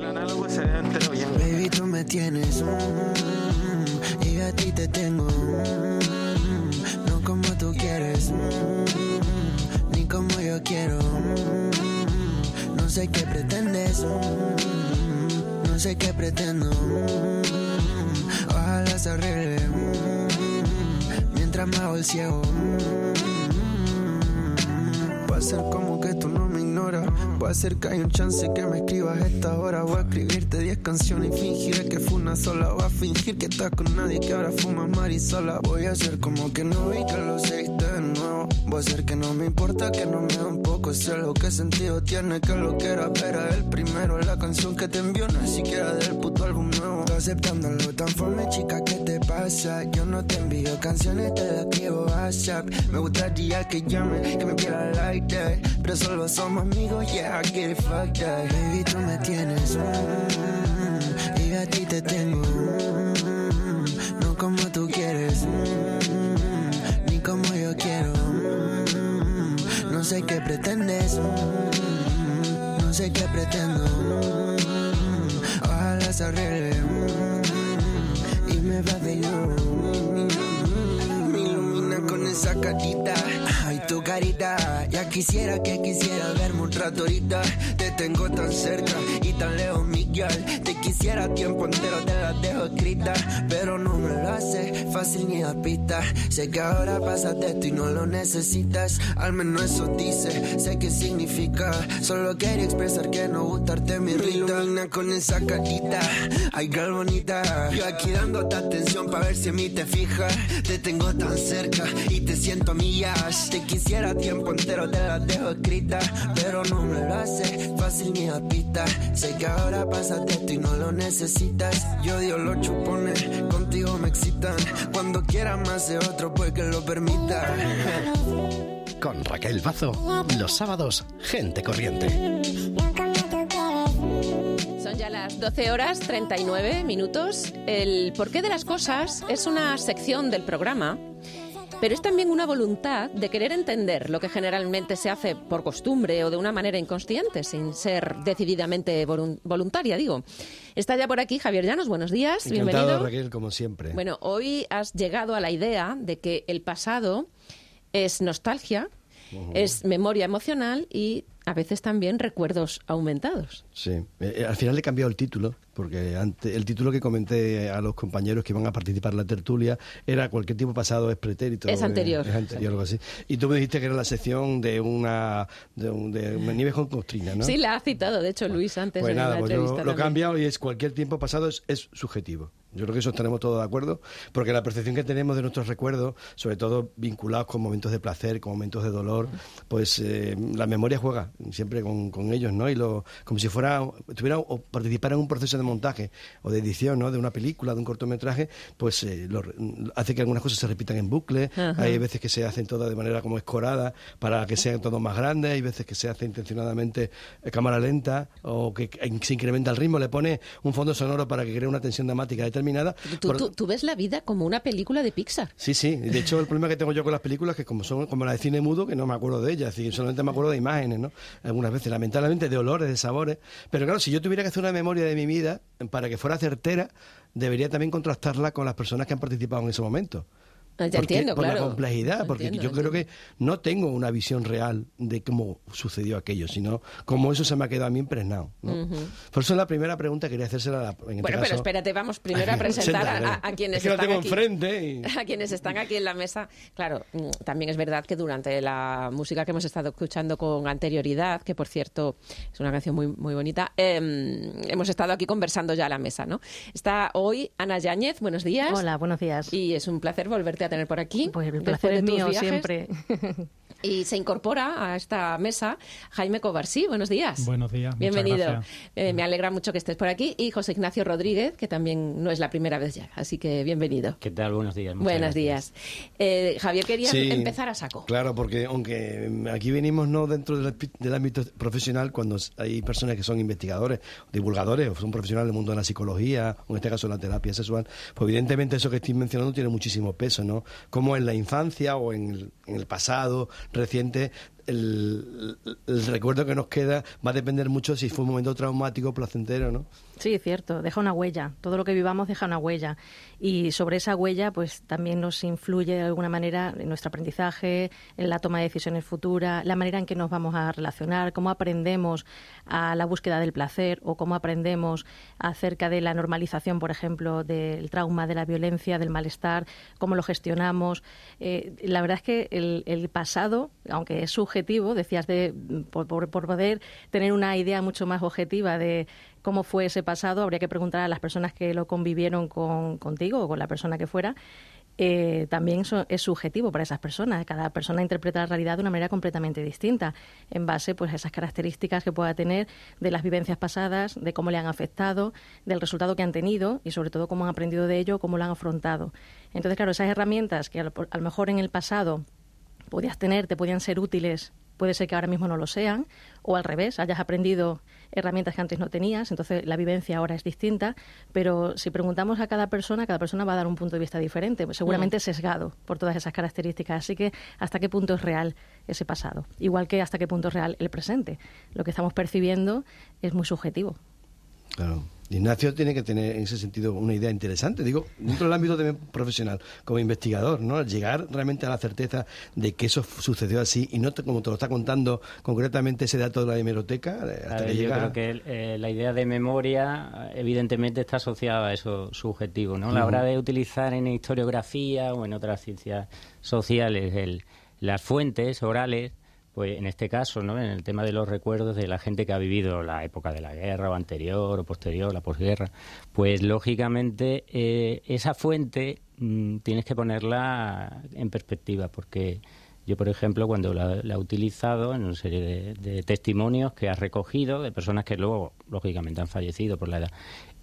Baby, tú me tienes, mm, y a ti te tengo, mm, no como tú quieres, mm, ni como yo quiero, mm, no sé qué pretendes, mm, no sé qué pretendo, mm, ojalá se arregle, mm, mientras me hago el ciego. Puede ser como que tú no me ignoras, puede ser que hay un chance que me escribas a esta hora. Voy a escribirte diez canciones y fingiré que fue una sola. Voy a fingir que estás con nadie, que ahora fumas marisola. Voy a hacer como que no vi que lo seguiste de nuevo. Voy a hacer que no me importa, que no me da un poco celo. ¿Qué sentido tiene que lo quiera ver a él primero? La canción que te envió no es siquiera del puto álbum nuevo. Estoy aceptándolo tan fome, chica, ¿qué te pasa? Yo no te envío canciones, te las escribo a WhatsApp. Me gustaría que llame, que me quiera like that, pero solo somos amigos, yeah, I get it fucked up. Baby, tú me tienes, mm, y a ti te tengo, mm, no como tú quieres, mm, ni como yo quiero, mm, no sé qué pretendes, mm, no sé qué pretendo, mm, ojalá se arregle, mm, y me va de nuevo, mm, me ilumina con esa carita. Ay, tu carita, ya quisiera que quisiera verme un rato ahorita. Te tengo tan cerca y tan lejos, Miguel. Te quisiera tiempo entero, te las dejo escritas, pero no me lo hace fácil ni a pista. Sé que ahora pasas de esto y no lo necesitas, al menos eso dice, sé qué significa. Solo quería expresar que no gustarte mi rita. Me ilumina con esa carita, ay, girl bonita. Yo aquí dándote atención pa' ver si en mí te fijas. Te tengo tan cerca y te siento a millas. Te quisiera tiempo entero, te las dejo escritas, pero no me lo hace fácil ni a pista. Sé que ahora pasas de esto y no lo necesitas. Yo odio los chupones, contigo me excitan. Cuando quieras más de otro, pues que lo permita.
Con Raquel Bazo, los sábados, Gente Corriente.
Son ya las doce horas treinta y nueve minutos. El porqué de las cosas es una sección del programa, pero es también una voluntad de querer entender lo que generalmente se hace por costumbre o de una manera inconsciente, sin ser decididamente voluntaria, digo. Está ya por aquí Javier Llanos, buenos días,
Encantado,
bienvenido.
Raquel, como siempre.
Bueno, hoy has llegado a la idea de que el pasado es nostalgia, uh-huh. es memoria emocional y a veces también recuerdos aumentados.
Sí, eh, al final he cambiado el título, porque ante, el título que comenté a los compañeros que van a participar en la tertulia era cualquier tiempo pasado es pretérito.
Es anterior.
Eh, es anterior, algo así. Y tú me dijiste que era la sección de una de, un, de Nieves con Costrina, ¿no?
Sí, la ha citado, de hecho, Luis, antes
pues
en
nada,
la
pues
entrevista.
Yo lo he cambiado y es cualquier tiempo pasado es, es subjetivo. Yo creo que eso estaremos todos de acuerdo, porque la percepción que tenemos de nuestros recuerdos, sobre todo vinculados con momentos de placer, con momentos de dolor, pues eh, la memoria juega siempre con, con ellos, ¿no? Y lo, como si fuera, tuviera o participara en un proceso de montaje o de edición, ¿no? De una película, de un cortometraje, pues eh, lo, hace que algunas cosas se repitan en bucle. Ajá. Hay veces que se hacen todas de manera como escorada para que sean todos más grandes, hay veces que se hace intencionadamente eh, cámara lenta o que se incrementa el ritmo, le pone un fondo sonoro para que cree una tensión dramática determinada.
¿Tú, Por... tú, tú ves la vida como una película de Pixar.
Sí, sí. De hecho, el problema que tengo yo con las películas es que como son como la de cine mudo, que no me acuerdo de ellas, y solamente me acuerdo de imágenes, ¿no? Algunas veces, lamentablemente, de olores, de sabores. Pero claro, si yo tuviera que hacer una memoria de mi vida, para que fuera certera, debería también contrastarla con las personas que han participado en ese momento.
Ya
porque,
entiendo,
por
claro.
la complejidad, porque
entiendo,
yo
entiendo.
creo que no tengo una visión real de cómo sucedió aquello, sino cómo eso se me ha quedado a mí impregnado, ¿no? Uh-huh. Por eso la primera pregunta quería hacérsela a la, en este
bueno,
caso,
pero espérate, vamos primero a presentar a, a quienes
es que lo
están
tengo
aquí,
enfrente y...
a quienes están aquí en la mesa. Claro, también es verdad que durante la música que hemos estado escuchando con anterioridad, que por cierto es una canción muy muy bonita, eh, hemos estado aquí conversando ya a la mesa, ¿no? Está hoy Ana Yáñez, buenos días.
Hola, buenos días.
Y es un placer volverte a tener por aquí.
Pues el placer es mío siempre.
Y se incorpora a esta mesa Jaime Covarsí. Buenos días.
Buenos días.
Bienvenido. Eh, me alegra mucho que estés por aquí. Y José Ignacio Rodríguez, que también no es la primera vez ya. Así que bienvenido.
¿Qué tal? Buenos días. Muchas
Buenos
gracias.
días. Eh, Javier, quería
sí,
empezar a saco.
Claro, porque aunque aquí venimos no dentro del, del ámbito profesional, cuando hay personas que son investigadores, divulgadores, o son profesionales del mundo de la psicología, o en este caso la terapia sexual, pues evidentemente eso que estoy mencionando tiene muchísimo peso, ¿no? Como en la infancia o en el, en el pasado reciente, El, el recuerdo que nos queda va a depender mucho si fue un momento traumático o placentero, ¿no?
Sí, cierto, deja una huella. Todo lo que vivamos deja una huella. Y sobre esa huella, pues también nos influye de alguna manera en nuestro aprendizaje, en la toma de decisiones futuras, la manera en que nos vamos a relacionar, cómo aprendemos a la búsqueda del placer o cómo aprendemos acerca de la normalización, por ejemplo, del trauma, de la violencia, del malestar, cómo lo gestionamos. Eh, la verdad es que el, el pasado, aunque es subjetivo, decías, de por, por, por poder tener una idea mucho más objetiva de cómo fue ese pasado, habría que preguntar a las personas que lo convivieron con, contigo o con la persona que fuera. Eh, también eso es subjetivo para esas personas. Cada persona interpreta la realidad de una manera completamente distinta, en base pues, a esas características que pueda tener de las vivencias pasadas, de cómo le han afectado, del resultado que han tenido y sobre todo cómo han aprendido de ello, cómo lo han afrontado. Entonces, claro, esas herramientas que a lo, a lo mejor en el pasado podías tener, te podían ser útiles, puede ser que ahora mismo no lo sean, o al revés, hayas aprendido herramientas que antes no tenías, entonces la vivencia ahora es distinta, pero si preguntamos a cada persona, cada persona va a dar un punto de vista diferente, pues seguramente sesgado por todas esas características, así que hasta qué punto es real ese pasado, igual que hasta qué punto es real el presente. Lo que estamos percibiendo es muy subjetivo.
Claro. Ignacio tiene que tener en ese sentido una idea interesante, digo, dentro del ámbito también profesional, como investigador, ¿no? Llegar realmente a la certeza de que eso sucedió así y no te, como te lo está contando concretamente ese dato de la hemeroteca. Hasta
ver,
que
yo
llega...
creo que eh, la idea de memoria evidentemente está asociada a eso subjetivo, ¿no? A la
Uh-huh.
hora de utilizar en historiografía o en otras ciencias sociales el, las fuentes orales, pues en este caso, ¿no? En el tema de los recuerdos de la gente que ha vivido la época de la guerra o anterior o posterior, la posguerra, pues lógicamente eh, esa fuente mmm, tienes que ponerla en perspectiva, porque yo, por ejemplo, cuando la, la he utilizado en una serie de, de testimonios que has recogido de personas que luego, lógicamente, han fallecido por la edad,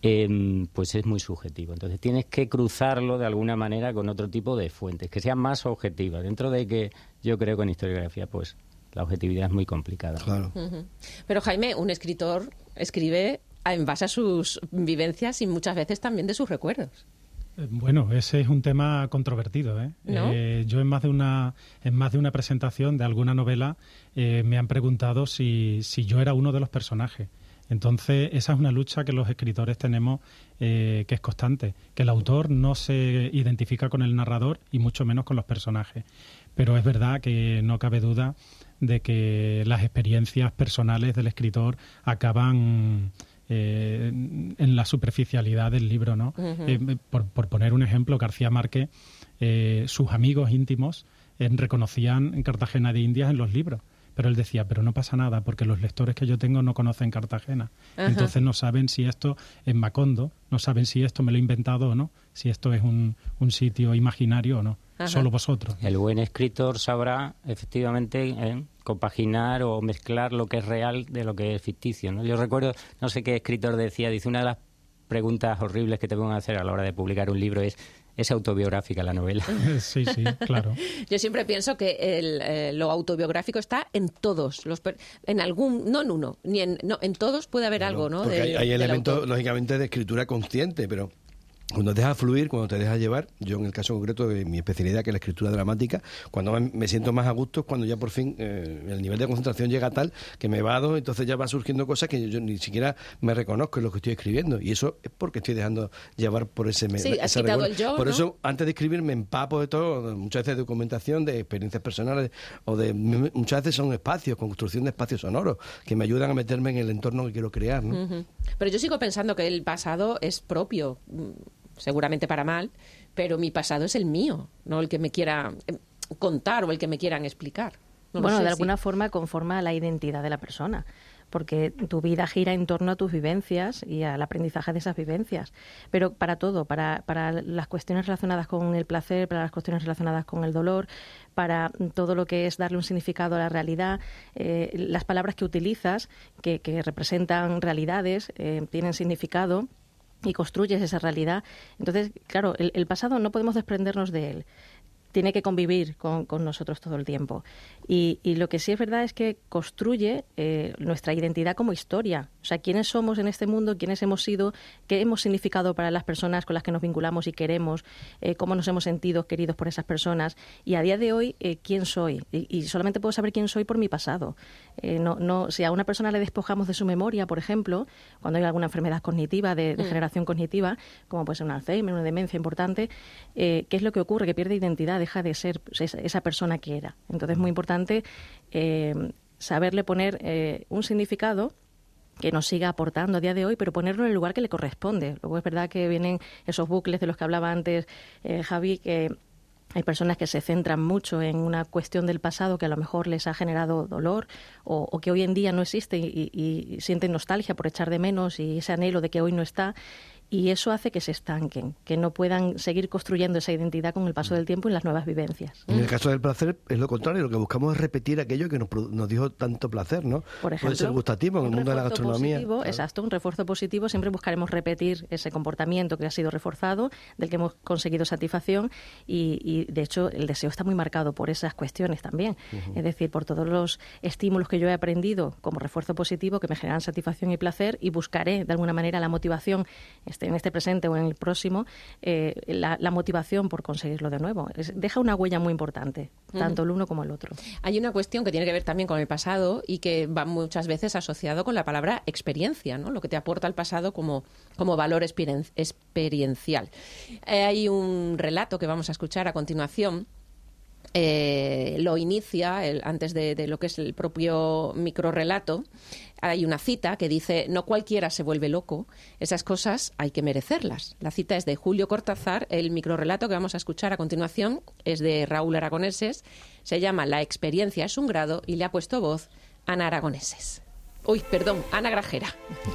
eh, pues es muy subjetivo. Entonces tienes que cruzarlo de alguna manera con otro tipo de fuentes, que sean más objetivas, dentro de que yo creo que en historiografía, pues la objetividad es muy complicada.
Claro.
Uh-huh. Pero Jaime, un escritor escribe en base a sus vivencias y muchas veces también de sus recuerdos.
Bueno, ese es un tema controvertido, ¿eh?
¿No?
Eh, yo en más de una en más de una presentación de alguna novela eh, me han preguntado si, si yo era uno de los personajes. Entonces, esa es una lucha que los escritores tenemos eh, que es constante, que el autor no se identifica con el narrador y mucho menos con los personajes. Pero es verdad que no cabe duda de que las experiencias personales del escritor acaban eh, en la superficialidad del libro, ¿no? Uh-huh. Eh, por, por poner un ejemplo, García Márquez, eh, sus amigos íntimos eh, reconocían en Cartagena de Indias en los libros. Pero él decía, pero no pasa nada, porque los lectores que yo tengo no conocen Cartagena. Ajá. Entonces no saben si esto es Macondo, no saben si esto me lo he inventado o no, si esto es un, un sitio imaginario o no. Ajá. Solo vosotros.
El buen escritor sabrá, efectivamente, eh, compaginar o mezclar lo que es real de lo que es ficticio, ¿no? Yo recuerdo, no sé qué escritor decía, dice, una de las preguntas horribles que te pueden hacer a la hora de publicar un libro es, ¿es autobiográfica la novela?
Sí, sí, claro.
Yo siempre pienso que el, eh, lo autobiográfico está en todos, los per- en algún, no en uno, ni en, no, en todos puede haber
Claro,
algo, ¿no?
Porque
del,
hay, hay
del
elementos,
autor.
lógicamente, de escritura consciente, pero cuando te dejas fluir, cuando te dejas llevar, yo en el caso concreto de mi especialidad, que es la escritura dramática, cuando me siento más a gusto es cuando ya por fin eh, el nivel de concentración llega a tal que me vado, entonces ya va surgiendo cosas que yo ni siquiera me reconozco en lo que estoy escribiendo, y eso es porque estoy dejando llevar por ese me,
Sí, has
ese
quitado
recuerdo.
el yo,
Por
¿no?
eso, antes de escribir, me empapo de todo, muchas veces de documentación, de experiencias personales, o de muchas veces son espacios, construcción de espacios sonoros, que me ayudan a meterme en el entorno que quiero crear, ¿no?
Uh-huh. Pero yo sigo pensando que el pasado es propio, seguramente para mal, pero mi pasado es el mío, no el que me quiera contar o el que me quieran explicar. No
bueno,
sé
de
si...
alguna forma conforma la identidad de la persona, porque tu vida gira en torno a tus vivencias y al aprendizaje de esas vivencias. Pero para todo, para, para las cuestiones relacionadas con el placer, para las cuestiones relacionadas con el dolor, para todo lo que es darle un significado a la realidad, eh, las palabras que utilizas, que, que representan realidades, eh, tienen significado y construyes esa realidad. Entonces, claro, el, el pasado no podemos desprendernos de él. Tiene que convivir con, con nosotros todo el tiempo. Y, y lo que sí es verdad es que construye eh, nuestra identidad como historia. O sea, quiénes somos en este mundo, quiénes hemos sido, qué hemos significado para las personas con las que nos vinculamos y queremos, eh, cómo nos hemos sentido queridos por esas personas. Y a día de hoy, eh, ¿quién soy? Y, y solamente puedo saber quién soy por mi pasado. Eh, no, no, si a una persona le despojamos de su memoria, por ejemplo, cuando hay alguna enfermedad cognitiva, de, de mm. generación cognitiva, como puede ser un Alzheimer, una demencia importante, eh, ¿qué es lo que ocurre? Que pierde identidad, deja de ser esa persona que era. Entonces es muy importante eh, saberle poner eh, un significado que nos siga aportando a día de hoy, pero ponerlo en el lugar que le corresponde. Luego es verdad que vienen esos bucles de los que hablaba antes eh, Javi, que hay personas que se centran mucho en una cuestión del pasado que a lo mejor les ha generado dolor o, o que hoy en día no existe y, y, y sienten nostalgia por echar de menos y ese anhelo de que hoy no está. Y eso hace que se estanquen, que no puedan seguir construyendo esa identidad con el paso del tiempo y las nuevas vivencias.
En el caso del placer es lo contrario, lo que buscamos es repetir aquello que nos, nos dio tanto placer, ¿no?
Por ejemplo,
puede ser gustativo en el mundo de la gastronomía.
Positivo, claro. Exacto, un refuerzo positivo, siempre buscaremos repetir ese comportamiento que ha sido reforzado, del que hemos conseguido satisfacción y, y de hecho el deseo está muy marcado por esas cuestiones también. Uh-huh. Es decir, por todos los estímulos que yo he aprendido como refuerzo positivo que me generan satisfacción y placer y buscaré de alguna manera la motivación en este presente o en el próximo, eh, la, la motivación por conseguirlo de nuevo. Es, deja una huella muy importante, tanto mm. el uno como el otro.
Hay una cuestión que tiene que ver también con el pasado y que va muchas veces asociado con la palabra experiencia, ¿no? Lo que te aporta el pasado como, como valor experien- experiencial. Eh, hay un relato que vamos a escuchar a continuación. Eh, lo inicia el, antes de, de lo que es el propio microrrelato. Hay una cita que dice: no cualquiera se vuelve loco, esas cosas hay que merecerlas. La cita es de Julio Cortázar. El microrrelato que vamos a escuchar a continuación es de Raúl Aragoneses, se llama La experiencia es un grado y le ha puesto voz Ana Aragoneses. Uy, perdón, Ana Grajera.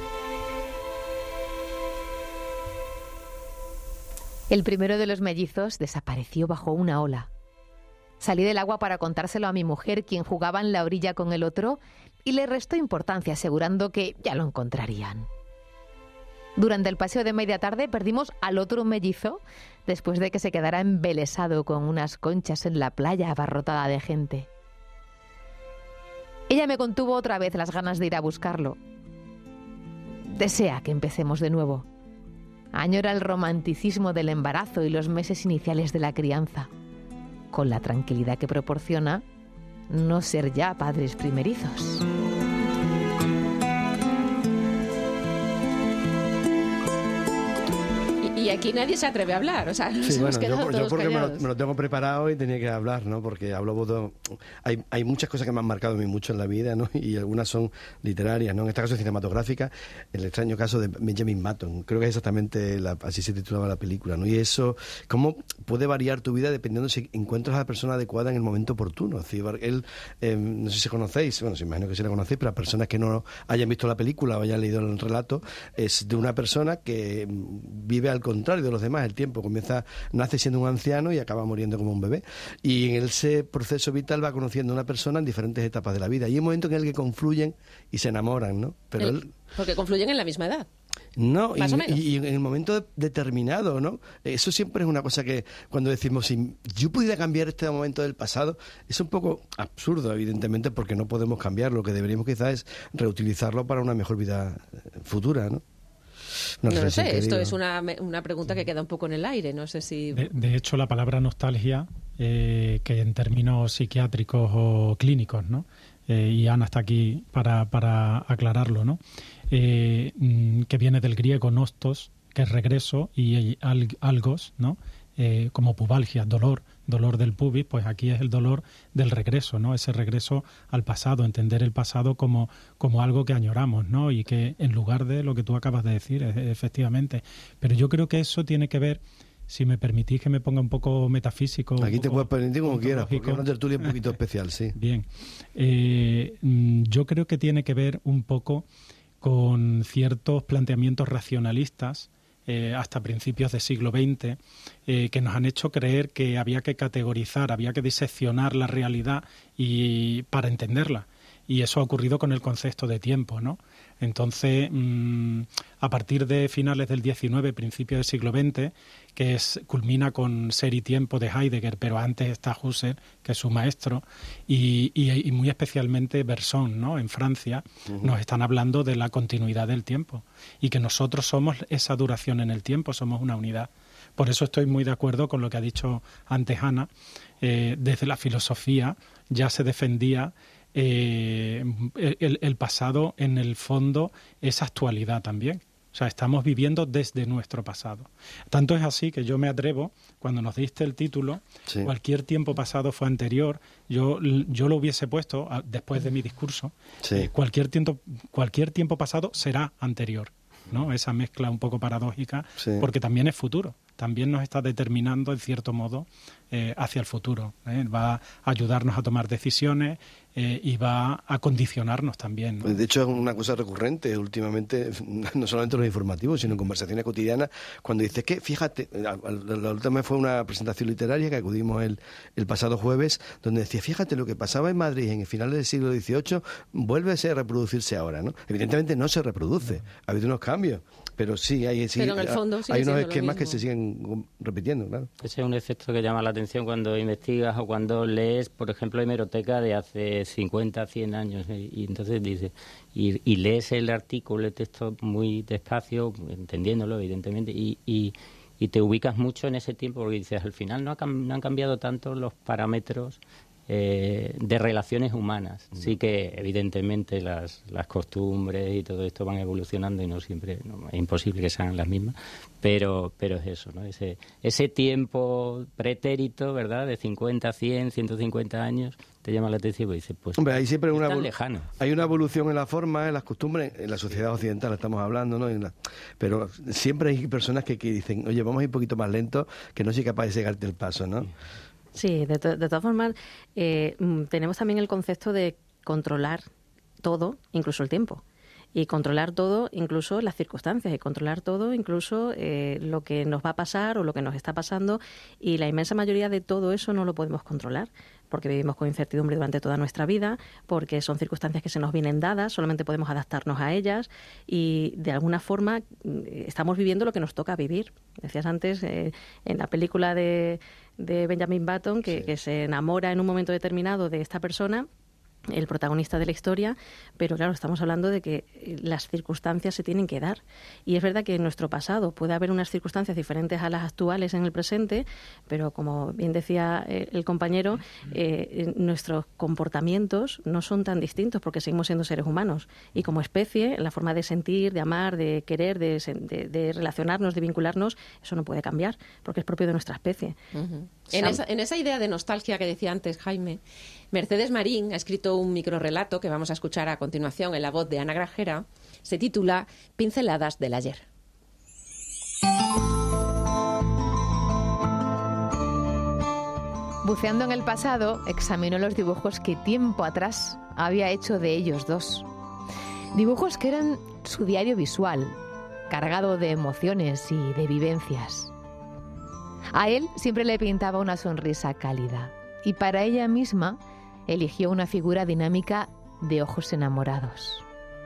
El primero de los mellizos desapareció bajo una ola. Salí del agua para contárselo a mi mujer, quien jugaba en la orilla con el otro, y le restó importancia, asegurando que ya lo encontrarían. Durante el paseo de media tarde perdimos al otro mellizo, después de que se quedara embelesado con unas conchas en la playa abarrotada de gente. Ella me contuvo otra vez las ganas de ir a buscarlo. Desea que empecemos de nuevo. Añora el romanticismo del embarazo y los meses iniciales de la crianza, con la tranquilidad que proporciona no ser ya padres primerizos.
Y aquí nadie se atreve a hablar, o sea, nos
sí,
hemos
bueno,
quedado
yo,
todos
yo porque me lo,
callados.
me lo tengo preparado y tenía que hablar, ¿no? Porque hablo de, hay, hay muchas cosas que me han marcado a mí mucho en la vida, ¿no? Y algunas son literarias, ¿no? En este caso cinematográficas, el extraño caso de Benjamin Button, creo que es exactamente la, así se titulaba la película, ¿no? Y eso, cómo puede variar tu vida dependiendo si encuentras a la persona adecuada en el momento oportuno. Es decir, él, eh, no sé si conocéis, bueno, si imagino que sí la conocéis, pero a personas que no hayan visto la película o hayan leído el relato, es de una persona que vive al contrario de los demás. El tiempo comienza, nace siendo un anciano y acaba muriendo como un bebé, y en ese proceso vital va conociendo a una persona en diferentes etapas de la vida y hay un momento en el que confluyen y se enamoran, ¿no? Pero
el,
él,
porque confluyen en la misma edad.
No, y,
más o menos.
y en el momento determinado, ¿no? Eso siempre es una cosa que cuando decimos si yo pudiera cambiar este momento del pasado, es un poco absurdo, evidentemente, porque no podemos cambiarlo. Lo que deberíamos quizás es reutilizarlo para una mejor vida futura, ¿no?
No, no lo sé, esto digo. es una, una pregunta que queda un poco en el aire, no sé si...
De, de hecho, la palabra nostalgia, eh, que en términos psiquiátricos o clínicos, ¿no? Eh, y Ana está aquí para, para aclararlo, ¿no? Eh, que viene del griego nostos, que es regreso, y al, algos, ¿no? Eh, como pubalgia, dolor, dolor del pubis, pues aquí es el dolor del regreso, ¿no? Ese regreso al pasado, entender el pasado como, como algo que añoramos, ¿no? Y que en lugar de lo que tú acabas de decir, efectivamente. Pero yo creo que eso tiene que ver Si me permitís que me ponga un poco metafísico.
Aquí te puedes permitir como quieras, porque es una tertulia un poquito especial, sí.
Bien. Eh, yo creo que tiene que ver un poco con ciertos planteamientos racionalistas eh, hasta principios del siglo veinte, eh, que nos han hecho creer que había que categorizar, había que diseccionar la realidad y para entenderla. Y eso ha ocurrido con el concepto de tiempo, ¿no? Entonces, mmm, a partir de finales del diecinueve, principios del siglo veinte, que es, culmina con Ser y Tiempo de Heidegger, pero antes está Husserl, que es su maestro, y, y, y muy especialmente Bergson, ¿no? En Francia, uh-huh. nos están hablando de la continuidad del tiempo y que nosotros somos esa duración en el tiempo, somos una unidad. Por eso estoy muy de acuerdo con lo que ha dicho antes Ana. Eh, desde la filosofía ya se defendía Eh, el, el pasado, en el fondo, es actualidad también. O sea, estamos viviendo desde nuestro pasado. Tanto es así que yo me atrevo, cuando nos diste el título, sí. cualquier tiempo pasado fue anterior, yo, yo lo hubiese puesto a, después de mi discurso, sí. eh, cualquier, tiempo, cualquier tiempo pasado será anterior, ¿no? Esa mezcla un poco paradójica, sí. porque también es futuro. También nos está determinando, en cierto modo, eh, hacia el futuro. ¿eh? Va a ayudarnos a tomar decisiones eh, y va a condicionarnos también, ¿no?
Pues de hecho, es una cosa recurrente últimamente, no solamente en los informativos, sino en conversaciones cotidianas, cuando dices que, fíjate, la, la última vez fue una presentación literaria que acudimos el, el pasado jueves, donde decía, fíjate, lo que pasaba en Madrid en el final del siglo dieciocho vuelve a reproducirse ahora, ¿no? Evidentemente no se reproduce, ha habido unos cambios, pero sí hay, sí,
pero en el fondo
hay unos esquemas que se siguen repitiendo, claro.
Ese es un efecto que llama la atención cuando investigas o cuando lees, por ejemplo, hemeroteca de hace cincuenta, cien años, y, y entonces dices, y, y lees el artículo, el texto muy despacio, entendiéndolo, evidentemente, y, y, y te ubicas mucho en ese tiempo, porque dices, al final no, ha, no han cambiado tanto los parámetros Eh, de relaciones humanas. Sí que evidentemente las, las costumbres y todo esto van evolucionando y no siempre, no, es imposible que sean las mismas, pero pero es eso, ¿no? Ese, ese tiempo pretérito, ¿verdad? De cincuenta, cien, ciento cincuenta años, te llama la atención y dices, pues,
hombre, hay siempre una
tan lejano.
Hay una evolución en la forma, en las costumbres, en la sociedad occidental estamos hablando, ¿no? La, pero siempre hay personas que, que dicen, oye, vamos a ir un poquito más lento, que no soy capaz de cegarte el paso, ¿no? Sí.
Sí, de, to- de todas formas, eh, tenemos también el concepto de controlar todo, incluso el tiempo. Y controlar todo, incluso las circunstancias, y controlar todo, incluso eh, lo que nos va a pasar o lo que nos está pasando. Y la inmensa mayoría de todo eso no lo podemos controlar, porque vivimos con incertidumbre durante toda nuestra vida, porque son circunstancias que se nos vienen dadas, solamente podemos adaptarnos a ellas y de alguna forma estamos viviendo lo que nos toca vivir. Decías antes, eh, en la película de, de Benjamin Button, que, sí. que se enamora en un momento determinado de esta persona, el protagonista de la historia, pero claro, estamos hablando de que las circunstancias se tienen que dar. Y es verdad que en nuestro pasado puede haber unas circunstancias diferentes a las actuales en el presente, pero como bien decía el compañero, eh, nuestros comportamientos no son tan distintos porque seguimos siendo seres humanos. Y como especie, la forma de sentir, de amar, de querer, de, de, de relacionarnos, de vincularnos, eso no puede cambiar porque es propio de nuestra especie.
Uh-huh. En, esa, en esa idea de nostalgia que decía antes Jaime, Mercedes Marín ha escrito un microrrelato que vamos a escuchar a continuación en la voz de Ana Grajera. Se titula Pinceladas del ayer.
Buceando en el pasado, examinó los dibujos que tiempo atrás había hecho de ellos dos. Dibujos que eran su diario visual, cargado de emociones y de vivencias. A él siempre le pintaba una sonrisa cálida y para ella misma eligió una figura dinámica de ojos enamorados.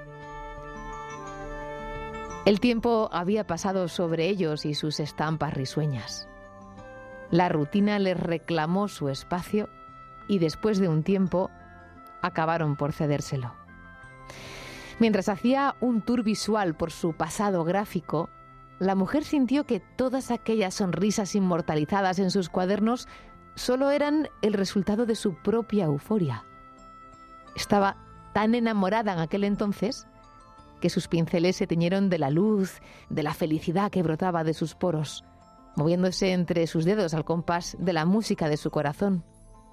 El tiempo había pasado sobre ellos y sus estampas risueñas. La rutina les reclamó su espacio y después de un tiempo acabaron por cedérselo. Mientras hacía un tour visual por su pasado gráfico, la mujer sintió que todas aquellas sonrisas inmortalizadas en sus cuadernos solo eran el resultado de su propia euforia. Estaba tan enamorada en aquel entonces que sus pinceles se teñieron de la luz, de la felicidad que brotaba de sus poros, moviéndose entre sus dedos al compás de la música de su corazón.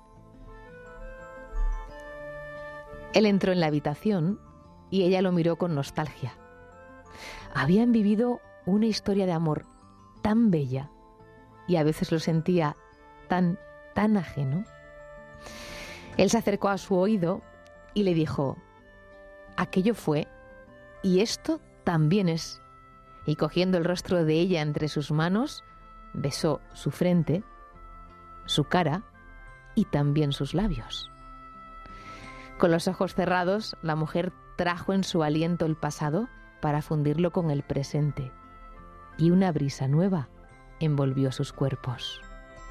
Él entró en la habitación y ella lo miró con nostalgia. Habían vivido una historia de amor tan bella y a veces lo sentía tan, tan ajeno. Él se acercó a su oído y le dijo: aquello fue y esto también es. Y cogiendo el rostro de ella entre sus manos, besó su frente, su cara y también sus labios. Con los ojos cerrados, la mujer trajo en su aliento el pasado para fundirlo con el presente, y una brisa nueva envolvió sus cuerpos.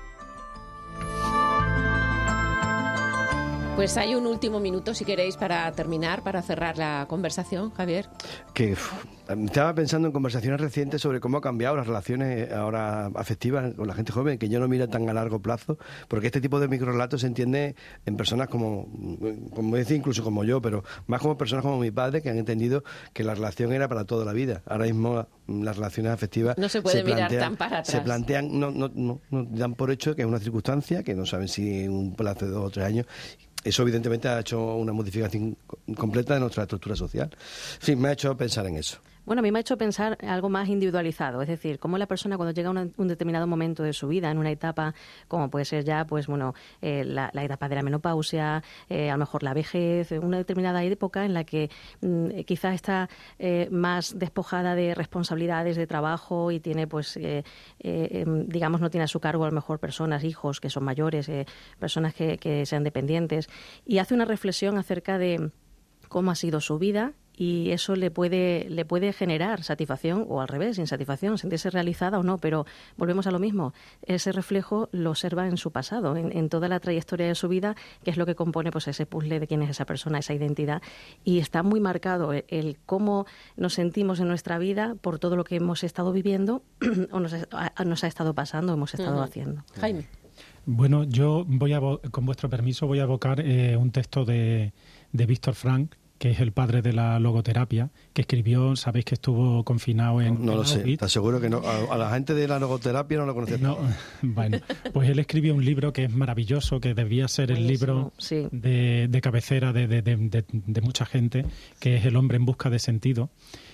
Pues hay un último minuto, si queréis, para terminar, para cerrar la conversación, Javier.
Que uf, estaba pensando en conversaciones recientes sobre cómo han cambiado las relaciones ahora afectivas con la gente joven, que yo no mira tan a largo plazo, porque este tipo de microrelatos se entiende en personas como, como decir, incluso como yo, pero más como personas como mi padre, que han entendido que la relación era para toda la vida. Ahora mismo las relaciones afectivas
no se puede
se
mirar
plantean,
tan para atrás.
Se plantean, no, no, no, no dan por hecho que es una circunstancia, que no saben si en un plazo de dos o tres años. Eso evidentemente ha hecho una modificación completa de nuestra estructura social. En fin, me ha hecho pensar en eso.
Bueno, a mí me ha hecho pensar algo más individualizado, es decir, cómo la persona cuando llega a una, un determinado momento de su vida, en una etapa como puede ser ya, pues bueno, eh, la, la etapa de la menopausia, eh, a lo mejor la vejez, una determinada época en la que mm, quizás está eh, más despojada de responsabilidades de trabajo y tiene, pues, eh, eh, digamos, no tiene a su cargo a lo mejor personas, hijos que son mayores, eh, personas que, que sean dependientes, y hace una reflexión acerca de cómo ha sido su vida. Y eso le puede le puede generar satisfacción o al revés, insatisfacción, sentirse realizada o no, pero volvemos a lo mismo. Ese reflejo lo observa en su pasado, en, en toda la trayectoria de su vida, que es lo que compone pues ese puzzle de quién es esa persona, esa identidad. Y está muy marcado el, el cómo nos sentimos en nuestra vida por todo lo que hemos estado viviendo o nos, a, nos ha estado pasando, hemos estado uh-huh. haciendo.
Jaime.
Bueno, yo voy a, con vuestro permiso, voy a evocar eh, un texto de, de Víctor Frank, que es el padre de la logoterapia, que escribió, sabéis que estuvo confinado en...
No, no
en
lo sé,
Auschwitz.
te aseguro que no. A, a la gente de la logoterapia no lo conocía.
No, bueno, pues él escribió un libro que es maravilloso, que debía ser el libro
sí.
de, de cabecera de, de, de, de, de mucha gente, que es El hombre en busca de sentido.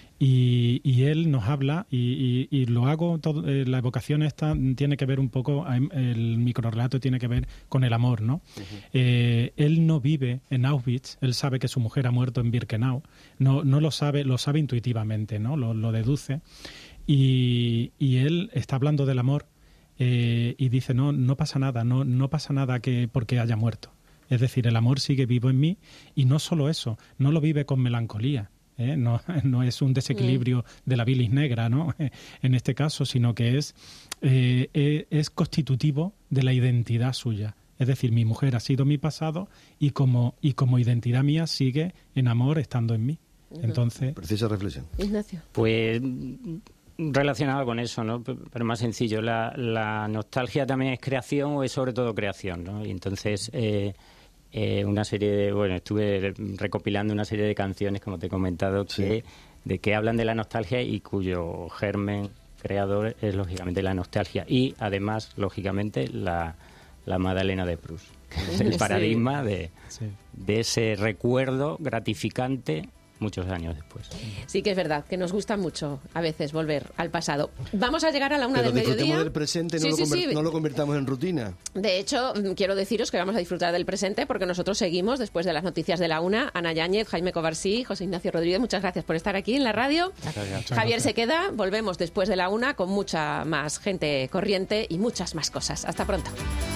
Y, y él nos habla, y, y, y lo hago, todo, eh, la evocación esta tiene que ver un poco, el microrrelato tiene que ver con el amor, ¿no? Uh-huh. Eh, él no vive en Auschwitz, él sabe que su mujer ha muerto en Birkenau, no, no lo sabe, lo sabe intuitivamente, ¿no? Lo, lo deduce, y, y él está hablando del amor eh, y dice, no, no pasa nada, no, no pasa nada que porque haya muerto. Es decir, el amor sigue vivo en mí, y no solo eso, no lo vive con melancolía. ¿Eh? No, no es un desequilibrio de la bilis negra, ¿no? En este caso, sino que es, eh, es constitutivo de la identidad suya. Es decir, mi mujer ha sido mi pasado y como, y como identidad mía sigue en amor estando en mí. Entonces,
precisa reflexión.
Ignacio.
Pues relacionado con eso, ¿no? Pero más sencillo, la, la nostalgia también es creación o es sobre todo creación, ¿no? Y entonces... Eh, Eh, una serie de, bueno, estuve recopilando una serie de canciones, como te he comentado, que, sí. de que hablan de la nostalgia y cuyo germen creador es lógicamente la nostalgia y además, lógicamente, la, la Magdalena de Proust, que es el paradigma sí. de, sí. de ese recuerdo gratificante muchos años después.
Sí que es verdad, que nos gusta mucho a veces volver al pasado. Vamos a llegar a la una
Pero
del mediodía.
Pero disfrutemos del presente,
sí,
no,
sí,
lo conver-
sí.
no lo convirtamos en rutina.
De hecho, quiero deciros que vamos a disfrutar del presente porque nosotros seguimos después de las noticias de la una. Ana Yáñez, Jaime Covarsí, José Ignacio Rodríguez, muchas gracias por estar aquí en la radio.
Gracias.
Javier se queda, volvemos después de la una con mucha más gente corriente y muchas más cosas. Hasta pronto.